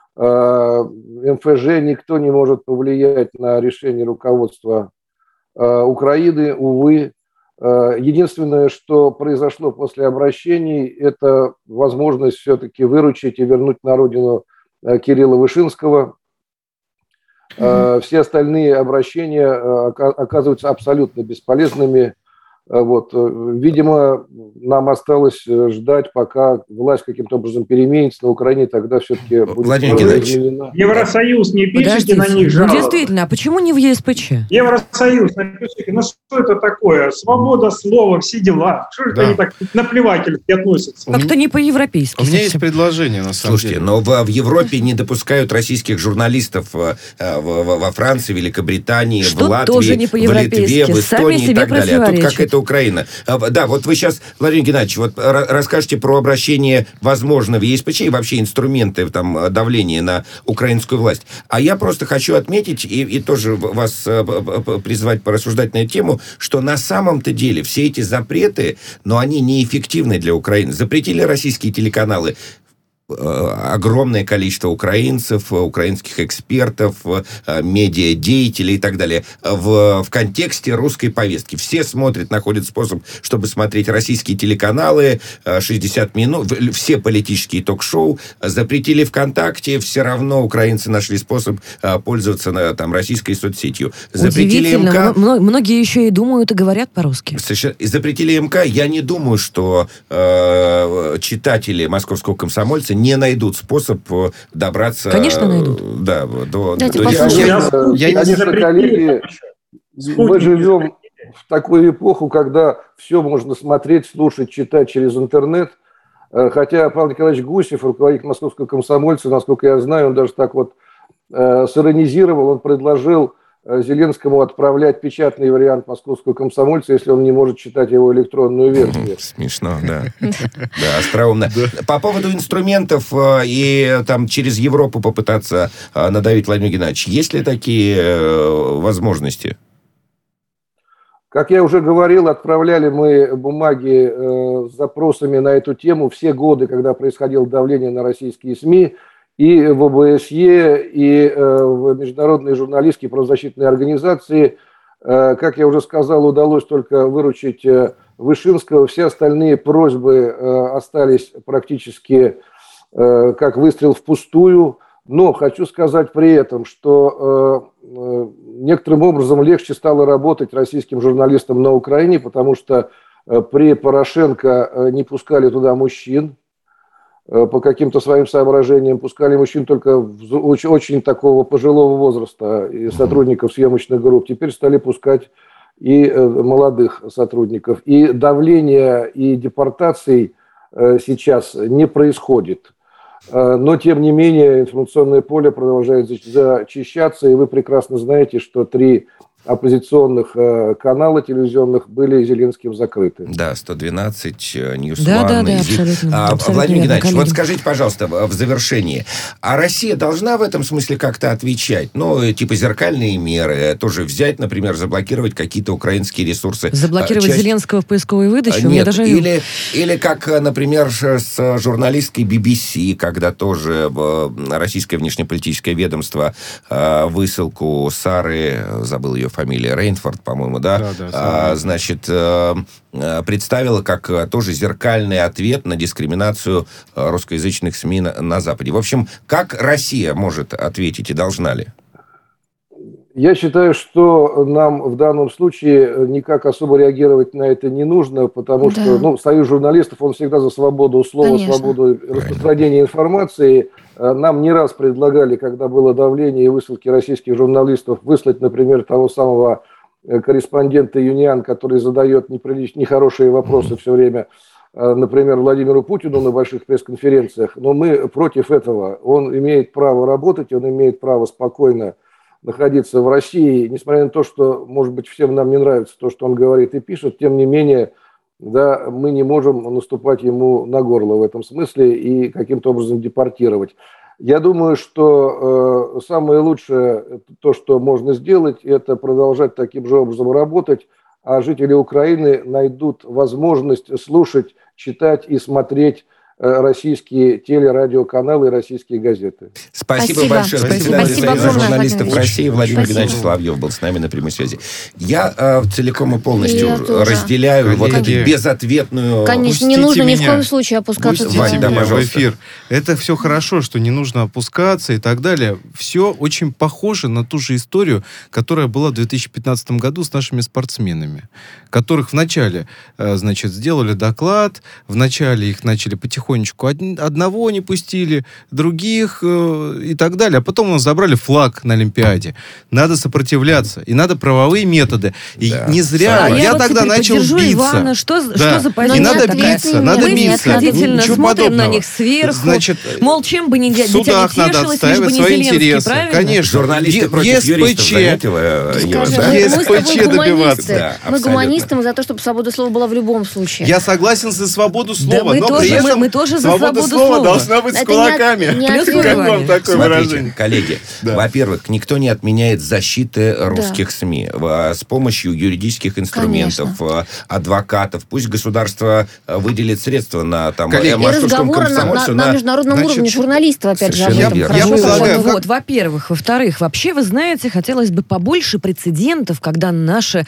эм эф жэ, никто не может повлиять на решение руководства э, Украины, увы. Э, единственное, что произошло после обращений, это возможность все-таки выручить и вернуть на родину э, Кирилла Вышинского. Э, все остальные обращения э, оказываются абсолютно бесполезными. Вот. Видимо, нам осталось ждать, пока власть каким-то образом переменится на Украине, тогда все-таки будет изменена. Евросоюз не пишите на них жалобы. Ну, действительно, а почему не в е эс пэ че? Евросоюз, напишите, ну что это такое? Свобода слова, все дела. Что же да. они так наплевательски относятся? Как-то не по-европейски. У меня есть предложение, на самом Слушайте, деле. Слушайте, но в, в Европе не допускают российских журналистов в, в, во Франции, Великобритании, что в Латвии, тоже не в Литве, в Эстонии и так далее. А тут какая-то Украина. Да, вот вы сейчас, Владимир Геннадьевич, вот расскажете про обращение, возможно, в е эс пэ че и вообще инструменты там, давления на украинскую власть. А я просто хочу отметить и, и тоже вас призвать порассуждать на эту тему, что на самом-то деле все эти запреты, но они неэффективны для Украины. Запретили российские телеканалы. Огромное количество украинцев, украинских экспертов, медиадеятелей и так далее в, в контексте русской повестки. Все смотрят, находят способ, чтобы смотреть российские телеканалы, шестьдесят минут, все политические ток-шоу. Запретили ВКонтакте, все равно украинцы нашли способ пользоваться там, российской соцсетью. Запретили эм ка. Многие еще и думают и говорят по-русски. Запретили эм ка. Я не думаю, что э, читатели «Московского комсомольца» не найдут способ добраться... Конечно, найдут. Да, до... Дайте до... послушаем. Я, я, конечно, коллеги, мы живем в такую эпоху, когда все можно смотреть, слушать, читать через интернет. Хотя Павел Николаевич Гусев, руководитель «Московского комсомольца», насколько я знаю, он даже так вот э, сиронизировал, он предложил Зеленскому отправлять печатный вариант «Московского комсомольца», если он не может читать его электронную версию. Смешно, да. Да, остроумно. По поводу инструментов и там через Европу попытаться надавить, Владимир Геннадьевич, есть ли такие возможности? Как я уже говорил, отправляли мы бумаги э, с запросами на эту тему все годы, когда происходило давление на российские СМИ, и в о бэ эс е, и э, в международные журналистские правозащитные организации. Э, как я уже сказал, удалось только выручить э, Вышинского. Все остальные просьбы э, остались практически э, как выстрел впустую. Но хочу сказать при этом, что э, э, некоторым образом легче стало работать российским журналистам на Украине, потому что э, при Порошенко э, не пускали туда мужчин. По каким-то своим соображениям пускали мужчин только очень, очень такого пожилого возраста и сотрудников съемочных групп. Теперь стали пускать и молодых сотрудников. И давление и депортаций сейчас не происходит. Но, тем не менее, информационное поле продолжает зачищаться. И вы прекрасно знаете, что три оппозиционных э, канала телевизионных были Зеленским закрыты. Да, сто двенадцать, Ньюс да, Ван. Да, да, абсолютно. А, абсолютно Владимир верно, Геннадьевич, коллеги. вот скажите, пожалуйста, в завершении, а Россия должна в этом смысле как-то отвечать? Ну, типа зеркальные меры, тоже взять, например, заблокировать какие-то украинские ресурсы. Заблокировать Часть... Зеленского в поисковой выдаче? Нет, У меня даже... или, или как, например, с журналисткой би би си, когда тоже российское внешнеполитическое ведомство высылку Сары, забыл ее фамилию, Рейнфорд, по-моему, да, да, да а, значит, представила как тоже зеркальный ответ на дискриминацию русскоязычных СМИ на, на Западе. В общем, как Россия может ответить и должна ли? Я считаю, что нам в данном случае никак особо реагировать на это не нужно, потому да. что ну, Союз журналистов, он всегда за свободу слова, Конечно. свободу распространения информации. Нам не раз предлагали, когда было давление и высылки российских журналистов, выслать, например, того самого корреспондента ЮНИАН, который задает неприличные, нехорошие вопросы все время, например, Владимиру Путину на больших пресс-конференциях. Но мы против этого. Он имеет право работать, он имеет право спокойно находиться в России, несмотря на то, что, может быть, всем нам не нравится то, что он говорит и пишет, тем не менее, да, мы не можем наступать ему на горло в этом смысле и каким-то образом депортировать. Я думаю, что э, самое лучшее, то, что можно сделать, это продолжать таким же образом работать, а жители Украины найдут возможность слушать, читать и смотреть российские телерадиоканалы и российские газеты. Спасибо, Спасибо. большое. Спасибо. Председатель Спасибо Союза огромное, журналистов Владимир России Владимир Спасибо. Геннадьевич Соловьев был с нами на прямой связи. Я э, целиком и полностью Я тоже. разделяю Коллеги. вот эту безответную... Конечно, не Пустите нужно ни в меня. коем случае опускаться Пустите в Вань, да, меня в пожалуйста. эфир. Это все хорошо, что не нужно опускаться и так далее. Все очень похоже на ту же историю, которая была в две тысячи пятнадцатом году с нашими спортсменами, которых вначале, э, значит, сделали доклад, вначале их начали потихонечку од- одного не пустили, других э, и так далее, а потом у нас забрали флаг на Олимпиаде. Надо сопротивляться, и надо правовые методы. И Да. не зря А я, я вот тогда теперь начал поддержу биться. Ивана. Что, Да. что за И позиция надо такая? биться, надо Мы биться. снисходительно Ничего смотрим подобного. на них сверху. Значит, Мол, чем бы ни в дитя судах не надо тешилось, лишь бы отстаивать не свои Зеленский, интересы. правильно? Конечно. Журналисты Е- против юристов ЕСПЧ. заметила, Ева, Скажем, да? мы с тобой ЕСПЧ добиваться. гуманисты. Да, Мы абсолютно. гуманисты, мы за то, чтобы свобода слова была в любом случае. Я согласен за свободу слова, Да мы но тоже- при этом мы- мы тоже за свобода свободу слова слова. должна быть с Это не от- кулаками. не Плюс ответ. Как вам внимание. такое Смотрите, выражение? коллеги, Да. во-первых, никто не отменяет защиты русских СМИ в- с помощью юридических инструментов, э, адвокатов. Пусть государство э, выделит средства на там, Коллеги, э, И московском разговоры на, на- комсомольце, на международном значит, уровне журналистов, опять же, об совершенно этом верно. Я хорошо предлагаю, говорят. Вот, во-первых. Во-вторых, вообще, вы знаете, хотелось бы побольше прецедентов, когда наша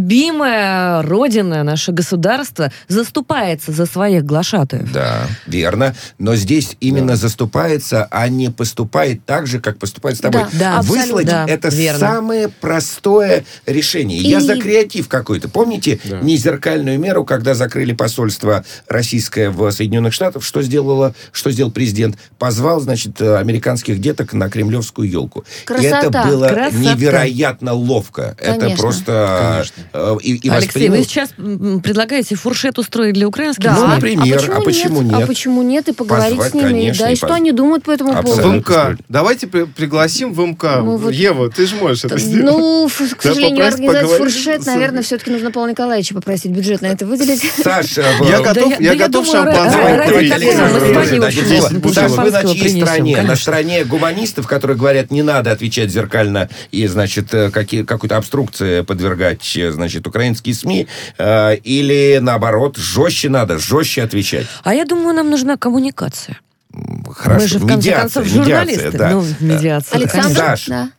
любимая родина, наше государство заступается за своих глашатаев. Да, верно. Но здесь именно заступается, а не поступает так же, как поступает с тобой. Да, да, Выслать абсолютно. это Верно. самое простое решение. Я И- за креатив какой-то. Помните Да. незеркальную меру, когда закрыли посольство российское в Соединенных Штатах? Что сделала, что сделал президент? Позвал, значит, американских деток на кремлевскую елку. Красота. И это было Красота. невероятно ловко. Это Конечно. просто... э, И, и Алексей, воспринял- вы сейчас м, предлагаете фуршет устроить для украинских Да. Ну, СМИ? например. а почему, А почему нет? нет? А почему нет? И поговорить Позвать, с ними. конечно, Да, и и что поз- они думают по этому Абсолютно. В поводу. МК. Давайте при- пригласим в МК. Ну, вот- Ева, ты же можешь это сделать. Ну, ф- к сожалению, попросить организовать поговорить фуршет, с- наверное, все-таки нужно Павла Николаевича попросить бюджет на это выделить. Саша, Я вы- готов, я- я да я готов думаю, шампанское ради- ради купить. такого Александр, названия, в дайте общем, слово. можно Саш, вы на шампанского чьей принесем, стороне? На конечно. стороне гуманистов, которые говорят, не надо отвечать зеркально и, значит, э, какие, какой-то обструкции подвергать, э, значит, украинские СМИ, э, или, наоборот, жестче надо, жестче отвечать? А я думаю, нам нужна коммуникация. Хорошо, Мы же, в конце медиация, концов, медиация, журналисты. да. Ну, медиация, Александр? конечно. Саш. Да.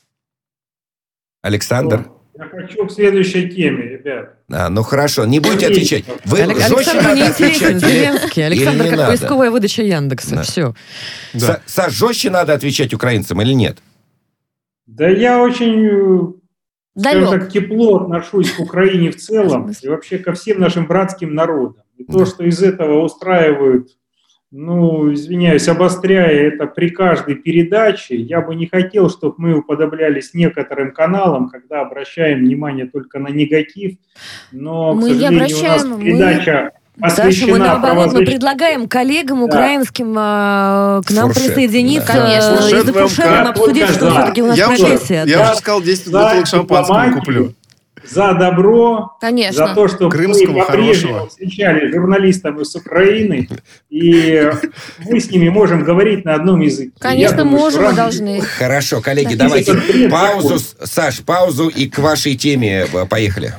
Александр? Я хочу к следующей теме, ребят. А, ну хорошо, не будете Алексей. отвечать. Вы Алек- жестче Александр надо не интересен, отвечать или- Зеленский. или Александр не как надо? поисковая выдача Яндекса. Да. Все. Да. Са- Саш, жестче надо отвечать украинцам или нет? Да я очень, э, скажем Далек. так, тепло отношусь к Украине в целом и вообще ко всем нашим братским народам. И то, что из этого устраивают, ну, извиняюсь, обостряя это при каждой передаче, я бы не хотел, чтобы мы уподоблялись некоторым каналам, когда обращаем внимание только на негатив. Но, Мы к не сожалению, у обращаем, нас мы- передача Саша, мы посвящена наоборот, мы правозащите. предлагаем коллегам Да. украинским а, к нам Фуршет, присоединиться да. Конечно. э, Фуршет и за в МК. фуршетом обсудить, Только что за. все-таки у нас Я уже, профессия. я да. уже сказал, десять За бутылок шампанского дипломатию, куплю. За добро, Конечно. за то, что Крымского мы по-прежнему хорошего. встречали журналистов из Украины, и мы с ними можем говорить на одном языке. Конечно, Я думаю, что можем и рано- должны. Хорошо, коллеги, Да. давайте Если это паузу. бред с- Саш, паузу и к вашей теме э, поехали.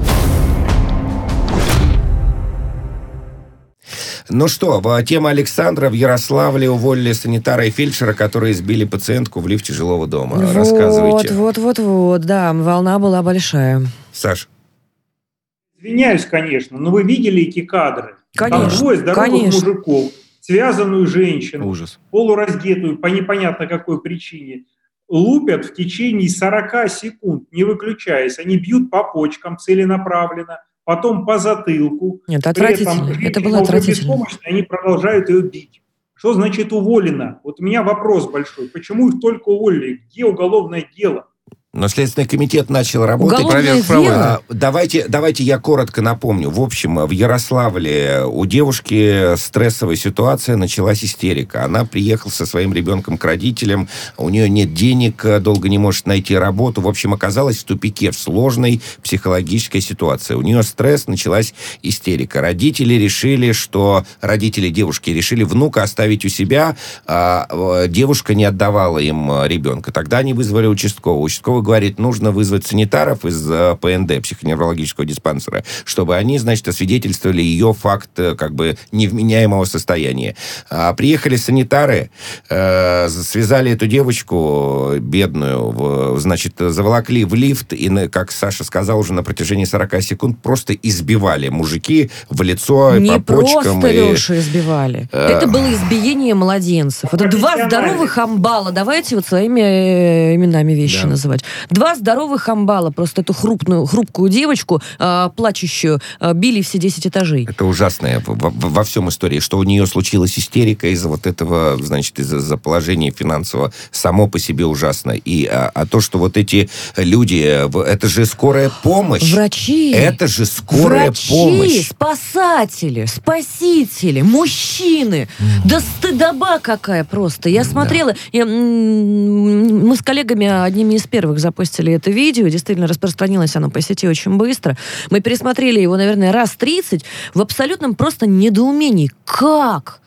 Ну что, в- тема Александра. В Ярославле уволили санитара и фельдшера, которые избили пациентку в лифте жилого дома. Вот, Рассказывайте. вот, вот, вот, да, волна была большая. Саш. Извиняюсь, конечно, но вы видели эти кадры? Там Конечно, двое здоровых конечно. мужиков, связанную женщину, Ужас. полураздетую по непонятно какой причине, лупят в течение сорок секунд, не выключаясь. Они бьют по почкам целенаправленно, потом по затылку. Нет, При этом отвратительно. женщина Это было уже отвратительно. беспомощна, они продолжают ее бить. Что значит уволено? Вот у меня вопрос большой. Почему их только уволили? Где уголовное дело? Но Следственный комитет начал работать. Уголовное проверка дело? А, Давайте, давайте я коротко напомню. В общем, в Ярославле у девушки стрессовая ситуация, началась истерика. Она приехала со своим ребенком к родителям, у нее нет денег, долго не может найти работу. В общем, оказалась в тупике, в сложной психологической ситуации. У нее стресс, началась истерика. Родители решили, что... Родители девушки решили внука оставить у себя, а девушка не отдавала им ребенка. Тогда они вызвали участкового. Участковый Петрова говорит, нужно вызвать санитаров из ПНД, психоневрологического диспансера, чтобы они, значит, освидетельствовали ее факт как бы невменяемого состояния. А приехали санитары, э, связали эту девочку бедную, в, значит, заволокли в лифт, и, как Саша сказал, уже на протяжении сорок секунд просто избивали мужики в лицо, не по почкам. Не просто, и... Леша, избивали. Э... Это было избиение младенцев. Это два здоровых амбала. Давайте вот своими именами вещи да. называть. Два здоровых амбала. Просто эту хрупную, хрупкую девочку, э, плачущую, э, били все десять этажей. Это ужасное во, во всем истории, что у нее случилась истерика из-за вот этого, значит, из-за положения финансового. Само по себе ужасно. И, а, а то, что вот эти люди, это же скорая помощь. Врачи. Это же скорая Врачи, помощь. Спасатели, спасители, мужчины. Mm. Да стыдоба какая просто. Я смотрела, да. я, мы с коллегами одними из первых запустили это видео, действительно распространилось оно по сети очень быстро. Мы пересмотрели его, наверное, раз тридцать в абсолютном просто недоумении. Как?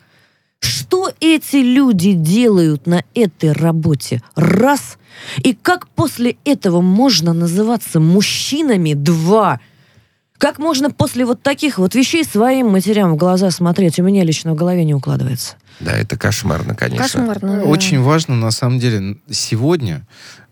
Что эти люди делают на этой работе? Раз. И как после этого можно называться мужчинами? Два. Как можно после вот таких вот вещей своим матерям в глаза смотреть? У меня лично в голове не укладывается. Да, это кошмарно, конечно. Кошмарно, да. Очень важно, на самом деле, сегодня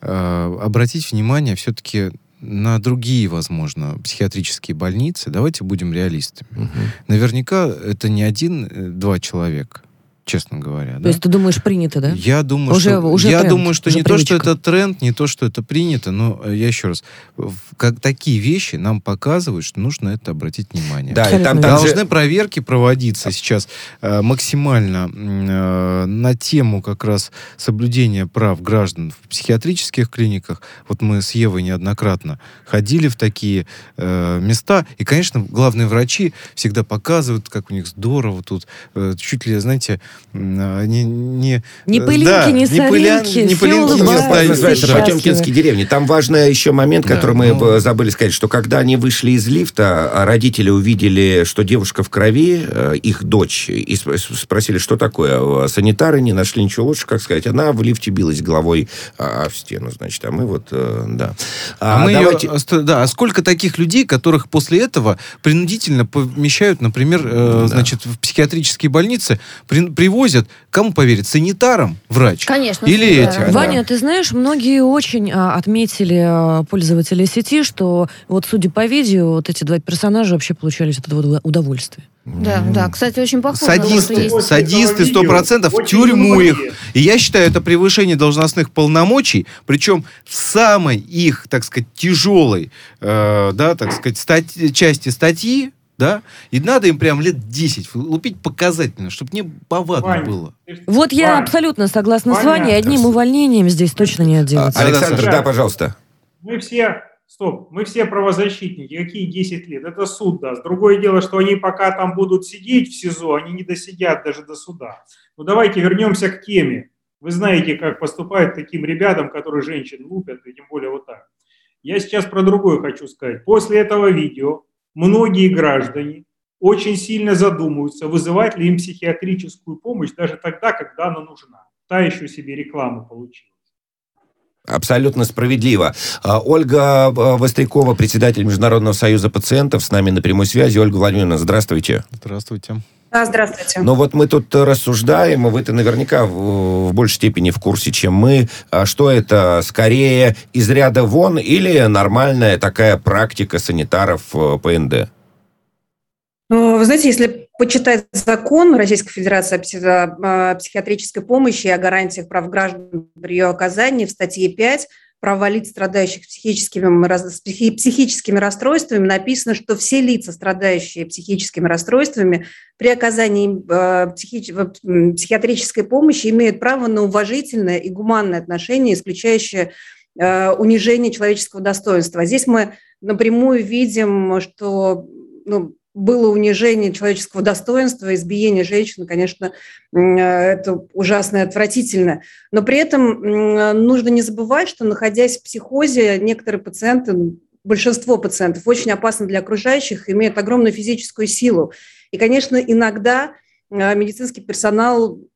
э, обратить внимание все-таки на другие, возможно, психиатрические больницы. Давайте будем реалистами. Угу. Наверняка это не один-два человека. Честно говоря. То да? есть ты думаешь, принято, да? Я думаю, уже, что, уже я тренд, думаю, что уже не привычка. то, что это тренд, не то, что это принято, но я еще раз, как такие вещи нам показывают, что нужно это обратить внимание. Да, и там должны же... проверки проводиться сейчас э, максимально э, на тему как раз соблюдения прав граждан в психиатрических клиниках. Вот мы с Евой неоднократно ходили в такие э, места, и, конечно, главные врачи всегда показывают, как у них здорово тут, э, чуть ли, знаете, Не, не, не пылинки, да, не соринки, не пылинки, не стоят. Называется Потемкинские деревни. Там важный еще момент, да, который мы но... забыли сказать, что когда они вышли из лифта, родители увидели, что девушка в крови, их дочь, и спросили, что такое. Санитары не нашли ничего лучше, как сказать. Она в лифте билась головой в стену, значит. А мы вот, да. А, а мы давайте... ее, да, а сколько таких людей, которых после этого принудительно помещают, например, да. значит, в психиатрические больницы, при привозят, кому поверить, санитарам врач? Конечно. Или да. эти? Ваня, да. ты знаешь, многие очень а, отметили а, пользователи сети, что вот, судя по видео, вот эти два персонажа вообще получали от этого удовольствие. Да, mm. да, кстати, очень похоже. Садисты, на то, есть... садисты сто процентов в тюрьму их. И я считаю, это превышение должностных полномочий, причем в самой их, так сказать, тяжелой, э, да, так сказать, стать... части статьи, да, и надо им прям лет десять лупить показательно, чтобы не повадно Ваня, было. Вот я Ваня, абсолютно согласна Ваня, с Ваней, одним увольнением здесь точно не отделаться. А, Александр, да, да, пожалуйста. Мы все, стоп, мы все правозащитники, какие десять лет? Это суд даст. Другое дело, что они пока там будут сидеть в СИЗО, они не досидят даже до суда. Но давайте вернемся к теме. Вы знаете, как поступают таким ребятам, которые женщин лупят, и тем более вот так. Я сейчас про другое хочу сказать. После этого видео многие граждане очень сильно задумываются, вызывать ли им психиатрическую помощь даже тогда, когда она нужна. Та еще себе рекламу получила. Абсолютно справедливо. Ольга Вострякова, председатель Международного союза пациентов, с нами на прямой связи. Ольга Владимировна, здравствуйте. Здравствуйте. Да, здравствуйте. Ну вот мы тут рассуждаем, и вы-то наверняка в, в большей степени в курсе, чем мы. Что это, скорее из ряда вон или нормальная такая практика санитаров ПНД? Вы знаете, если почитать закон Российской Федерации о психиатрической помощи и о гарантиях прав граждан при ее оказании, в статье пять права лиц, страдающих психическими, психическими расстройствами, написано, что все лица, страдающие психическими расстройствами, при оказании э, психи, психиатрической помощи имеют право на уважительное и гуманное отношение, исключающее э, унижение человеческого достоинства. Здесь мы напрямую видим, что... Ну, было унижение человеческого достоинства, избиение женщин, конечно, это ужасно и отвратительно. Но при этом нужно не забывать, что, находясь в психозе, некоторые пациенты, большинство пациентов очень опасны для окружающих, имеют огромную физическую силу. И, конечно, иногда медицинский персонал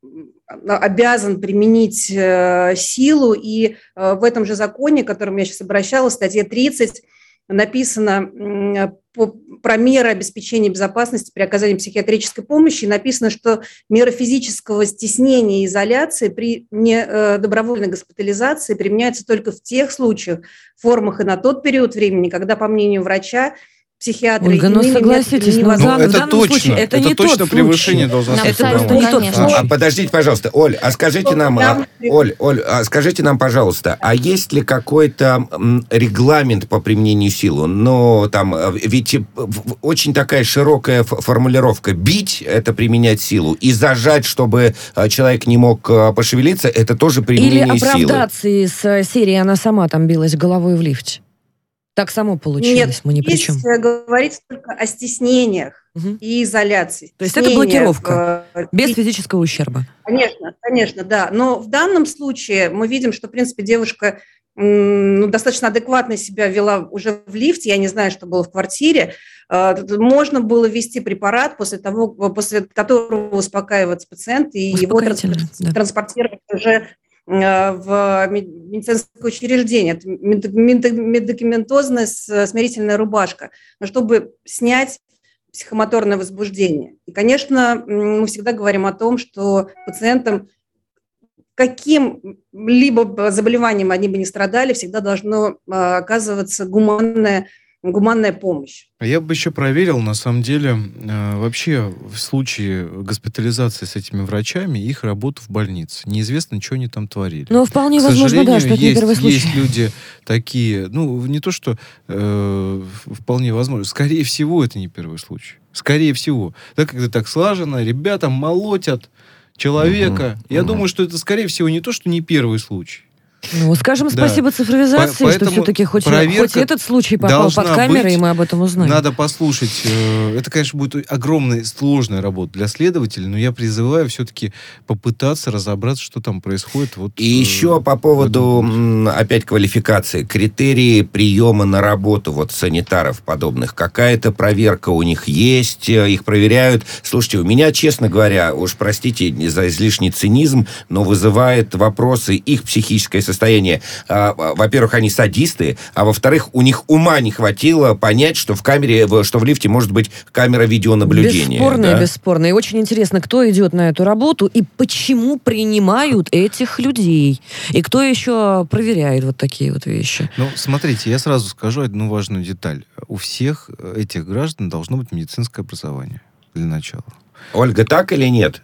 обязан применить э, силу, и э, в этом же законе, к которому я сейчас обращалась, в статье тридцать, написано э, по, про меры обеспечения безопасности при оказании психиатрической помощи, написано, что меры физического стеснения и изоляции при недобровольной госпитализации применяются только в тех случаях, формах и на тот период времени, когда, по мнению врача, психиатры... Ольга, ну согласитесь, но ну, это в данном точно, случае это, это не точно тот превышение случай. должностных Это полномочий. просто не тот случай. А, подождите, пожалуйста, Оль, а скажите нам, а, Оль, Оль, а скажите нам, пожалуйста, а есть ли какой-то м, регламент по применению силы? Ну, там, ведь очень такая широкая формулировка. Бить – это применять силу, и зажать, чтобы человек не мог пошевелиться – это тоже применение силы. Или оправдаться из серии «Она сама там билась головой в лифте». Так само получилось, Нет, мы ни при чем. здесь говорится только о стеснениях угу. и изоляции. То есть это блокировка, в... без физического ущерба. Конечно, конечно, да. Но в данном случае мы видим, что, в принципе, девушка ну, достаточно адекватно себя вела уже в лифте, я не знаю, что было в квартире. Можно было ввести препарат, после того, после которого успокаивается пациент, и его транспортировать да. уже в медицинское учреждение. Это медикаментозная смирительная рубашка, но чтобы снять психомоторное возбуждение. И, конечно, мы всегда говорим о том, что пациентам, каким-либо заболеванием они бы не страдали, всегда должно оказываться гуманная гуманная помощь. Я бы еще проверил, на самом деле, вообще в случае госпитализации с этими врачами, их работу в больнице. Неизвестно, что они там творили. Но вполне К возможно, да, что это не первый случай. Есть люди такие, ну, не то, что э, вполне возможно, скорее всего, это не первый случай. Скорее всего. Так, когда так слажено, ребята молотят человека. Uh-huh. Я uh-huh. думаю, что это, скорее всего, не то, что не первый случай. Ну, скажем спасибо да. цифровизации, По- что все-таки хоть, хоть этот случай попал под камеры, быть, и мы об этом узнаем. Надо послушать. Это, конечно, будет огромная, сложная работа для следователей, но я призываю все-таки попытаться разобраться, что там происходит. Вот, и еще по поводу, опять, квалификации. Критерии приема на работу вот санитаров подобных. Какая-то проверка у них есть, их проверяют. Слушайте, у меня, честно говоря, уж простите за излишний цинизм, но вызывает вопросы их психическое состояние. состояние. Во-первых, они садисты, а во-вторых, у них ума не хватило понять, что в камере, что в лифте может быть камера видеонаблюдения. Бесспорно, да? бесспорно. И очень интересно, кто идет на эту работу и почему принимают этих людей. И кто еще проверяет вот такие вот вещи. Ну, смотрите, я сразу скажу одну важную деталь. У всех этих граждан должно быть медицинское образование для начала. Ольга, так или нет?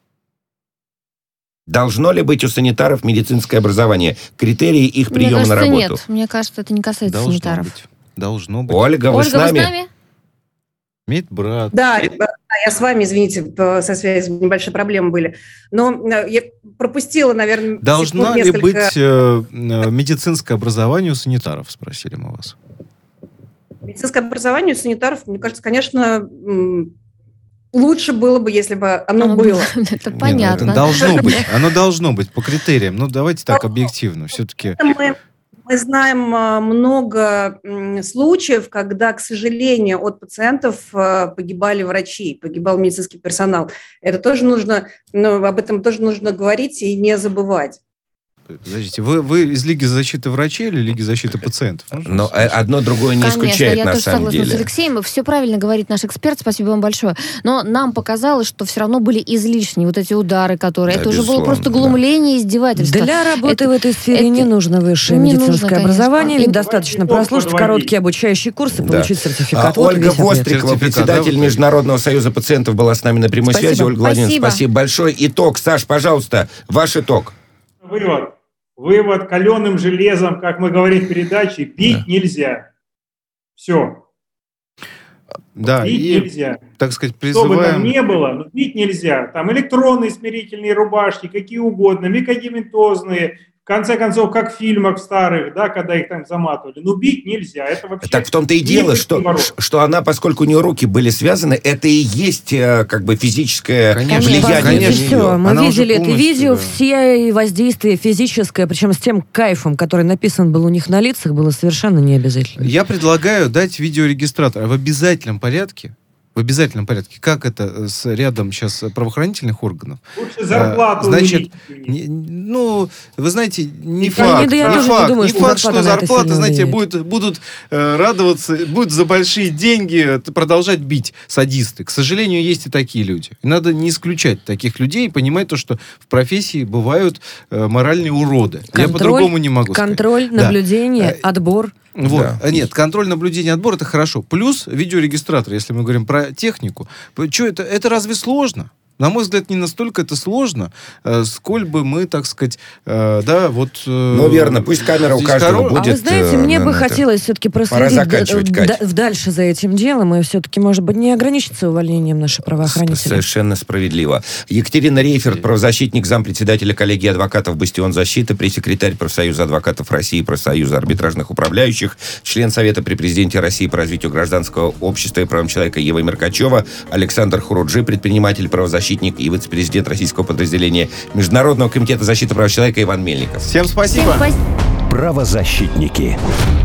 Должно ли быть у санитаров медицинское образование? Критерии их приема Мне кажется, на работу? Нет. Мне кажется, это не касается Должно санитаров. Быть. Должно быть. Ольга, вы Ольга, с нами? Вы с нами? Медбрат. Да, я с вами, извините, со связью небольшие проблемы были. Но я пропустила, наверное, Должна ли несколько... быть э, медицинское образование у санитаров, спросили мы вас. Медицинское образование у санитаров, мне кажется, конечно... Лучше было бы, если бы оно, оно было. Это Не, понятно. Ну, это должно быть. Оно должно быть по критериям. Ну, давайте так объективно. Все-таки... Мы, мы знаем много случаев, когда, к сожалению, от пациентов погибали врачи, погибал медицинский персонал. Это тоже нужно, ну, об этом тоже нужно говорить и не забывать. Подождите, вы, вы из Лиги защиты врачей или Лиги защиты пациентов? Но одно другое не Конечно, исключает, я на тоже самом согласна деле. с Алексеем. Все правильно говорит наш эксперт, спасибо вам большое. Но нам показалось, что все равно были излишни вот эти удары, которые... Да, это уже было просто да. глумление, издевательство. Для работы это, в этой сфере это, не нужно высшее не медицинское нужно, образование, ведь И... достаточно прослушать короткие обучающие курсы, да. получить сертификат. А, вот Ольга Вострикова, председатель да, Международного союза пациентов, была с нами на прямой спасибо. связи. Ольга Владимировна, спасибо. спасибо большое. Итог, Саш, пожалуйста, ваш итог. Вывод. Вывод каленым железом, как мы говорим в передаче, бить да. нельзя. Все. Да, бить и, нельзя. Так сказать, призываем... Что бы там ни было, но бить нельзя. Там электронные смирительные рубашки, какие угодно, медикаментозные. В конце концов, как в фильмах старых, да, когда их там заматывали. Но бить нельзя. Это вообще так в том-то и дело, что, что она, поскольку у нее руки были связаны, это и есть как бы физическое конечно, влияние. Конечно, все. Мы она видели это видео, да. все воздействие физическое, причем с тем кайфом, который написан был у них на лицах, было совершенно не обязательно. Я предлагаю дать видеорегистратор в обязательном порядке В обязательном порядке. Как это с рядом сейчас правоохранительных органов? Лучше зарплату. Значит, не, ну, вы знаете, не И факт, не, не не факт, думаю, не что факт, что зарплата, зарплата, знаете, влияет. будет, будут э, радоваться, будут за большие деньги продолжать бить садисты. К сожалению, есть и такие люди. И надо не исключать таких людей и понимать то, что в профессии бывают э, моральные уроды. Контроль, Я по-другому не могу сказать. Контроль, наблюдение, да. отбор. Вот. Да. Нет, контроль, наблюдение, отбор — это хорошо. Плюс видеорегистратор, если мы говорим про технику. Что это? Это разве сложно? На мой взгляд, не настолько это сложно, э, сколь бы мы, так сказать, э, да, вот... Э, ну, верно, пусть камера у каждого хоро... будет... А вы знаете, мне э, бы это... хотелось все-таки проследить д- д- дальше за этим делом, и все-таки, может быть, не ограничиться увольнением наших правоохранителей. Совершенно справедливо. Екатерина Рейферт, правозащитник, зампредседателя коллегии адвокатов «Бастион защиты», пресс-секретарь профсоюза адвокатов России, профсоюза арбитражных управляющих, член Совета при президенте России по развитию гражданского общества и правам человека Ева Меркачева, Александр Хуруджи, предприниматель, правозащитник и вице-президент российского подразделения Международного комитета защиты прав человека Иван Мельников. Всем спасибо. Всем спасибо. Правозащитники.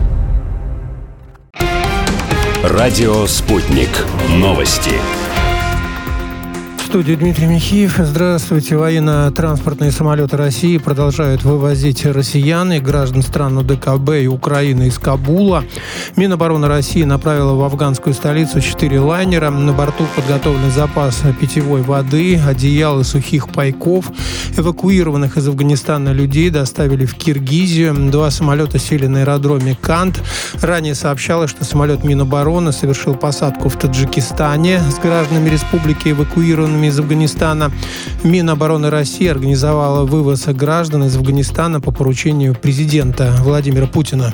Радио «Спутник». Новости. В студии Дмитрий Михеев. Здравствуйте. Военно-транспортные самолеты России продолжают вывозить россиян и граждан стран ОДКБ и Украины из Кабула. Минобороны России направила в афганскую столицу четыре лайнера. На борту подготовлен запас питьевой воды, одеял и сухих пайков. Эвакуированных из Афганистана людей доставили в Киргизию. Два самолета сели на аэродроме Кант. Ранее сообщалось, что самолет Минобороны совершил посадку в Таджикистане с гражданами республики, эвакуированными из Афганистана. Минобороны России организовала вывоз граждан из Афганистана по поручению президента Владимира Путина.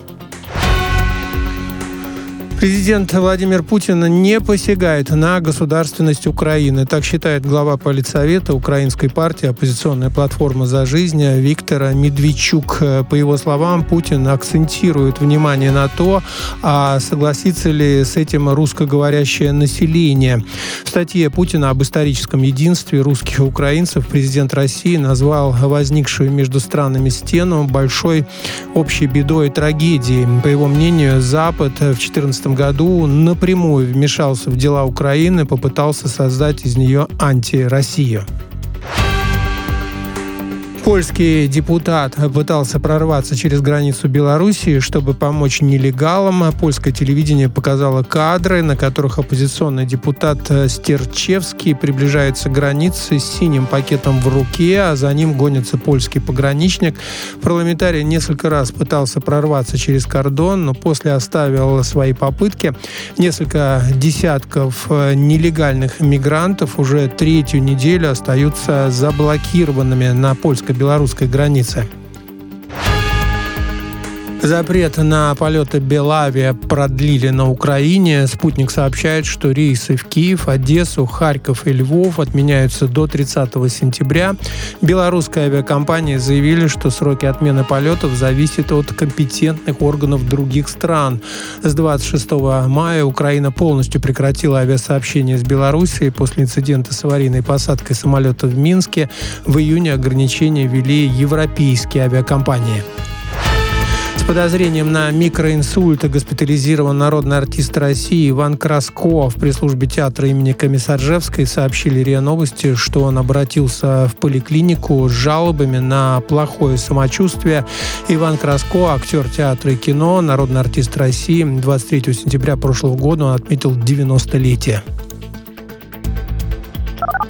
Президент Владимир Путин не посягает на государственность Украины. Так считает глава Политсовета украинской партии «Оппозиционная платформа за жизнь» Виктор Медведчук. По его словам, Путин акцентирует внимание на то, а согласится ли с этим русскоговорящее население. В статье Путина об историческом единстве русских и украинцев президент России назвал возникшую между странами стену большой общей бедой и трагедией. По его мнению, Запад в две тысячи четырнадцатом году напрямую вмешался в дела Украины, попытался создать из нее антироссию. Польский депутат пытался прорваться через границу Белоруссии, чтобы помочь нелегалам. Польское телевидение показало кадры, на которых оппозиционный депутат Стерчевский приближается к границе с синим пакетом в руке, а за ним гонится польский пограничник. Парламентарий несколько раз пытался прорваться через кордон, но после оставил свои попытки. Несколько десятков нелегальных мигрантов уже третью неделю остаются заблокированными на польско белорусской границе. Запрет на полеты Белавия продлили на Украине. Спутник сообщает, что рейсы в Киев, Одессу, Харьков и Львов отменяются до тридцатого сентября. Белорусские авиакомпании заявили, что сроки отмены полетов зависят от компетентных органов других стран. С двадцать шестого мая Украина полностью прекратила авиасообщение с Белоруссией после инцидента с аварийной посадкой самолета в Минске. В июне ограничения ввели европейские авиакомпании. С подозрением на микроинсульт госпитализирован народный артист России Иван Краско. В пресс-службе театра имени Комиссаржевской сообщили РИА Новости, что он обратился в поликлинику с жалобами на плохое самочувствие. Иван Краско, актер театра и кино, народный артист России. двадцать третьего сентября прошлого года он отметил девяностолетие.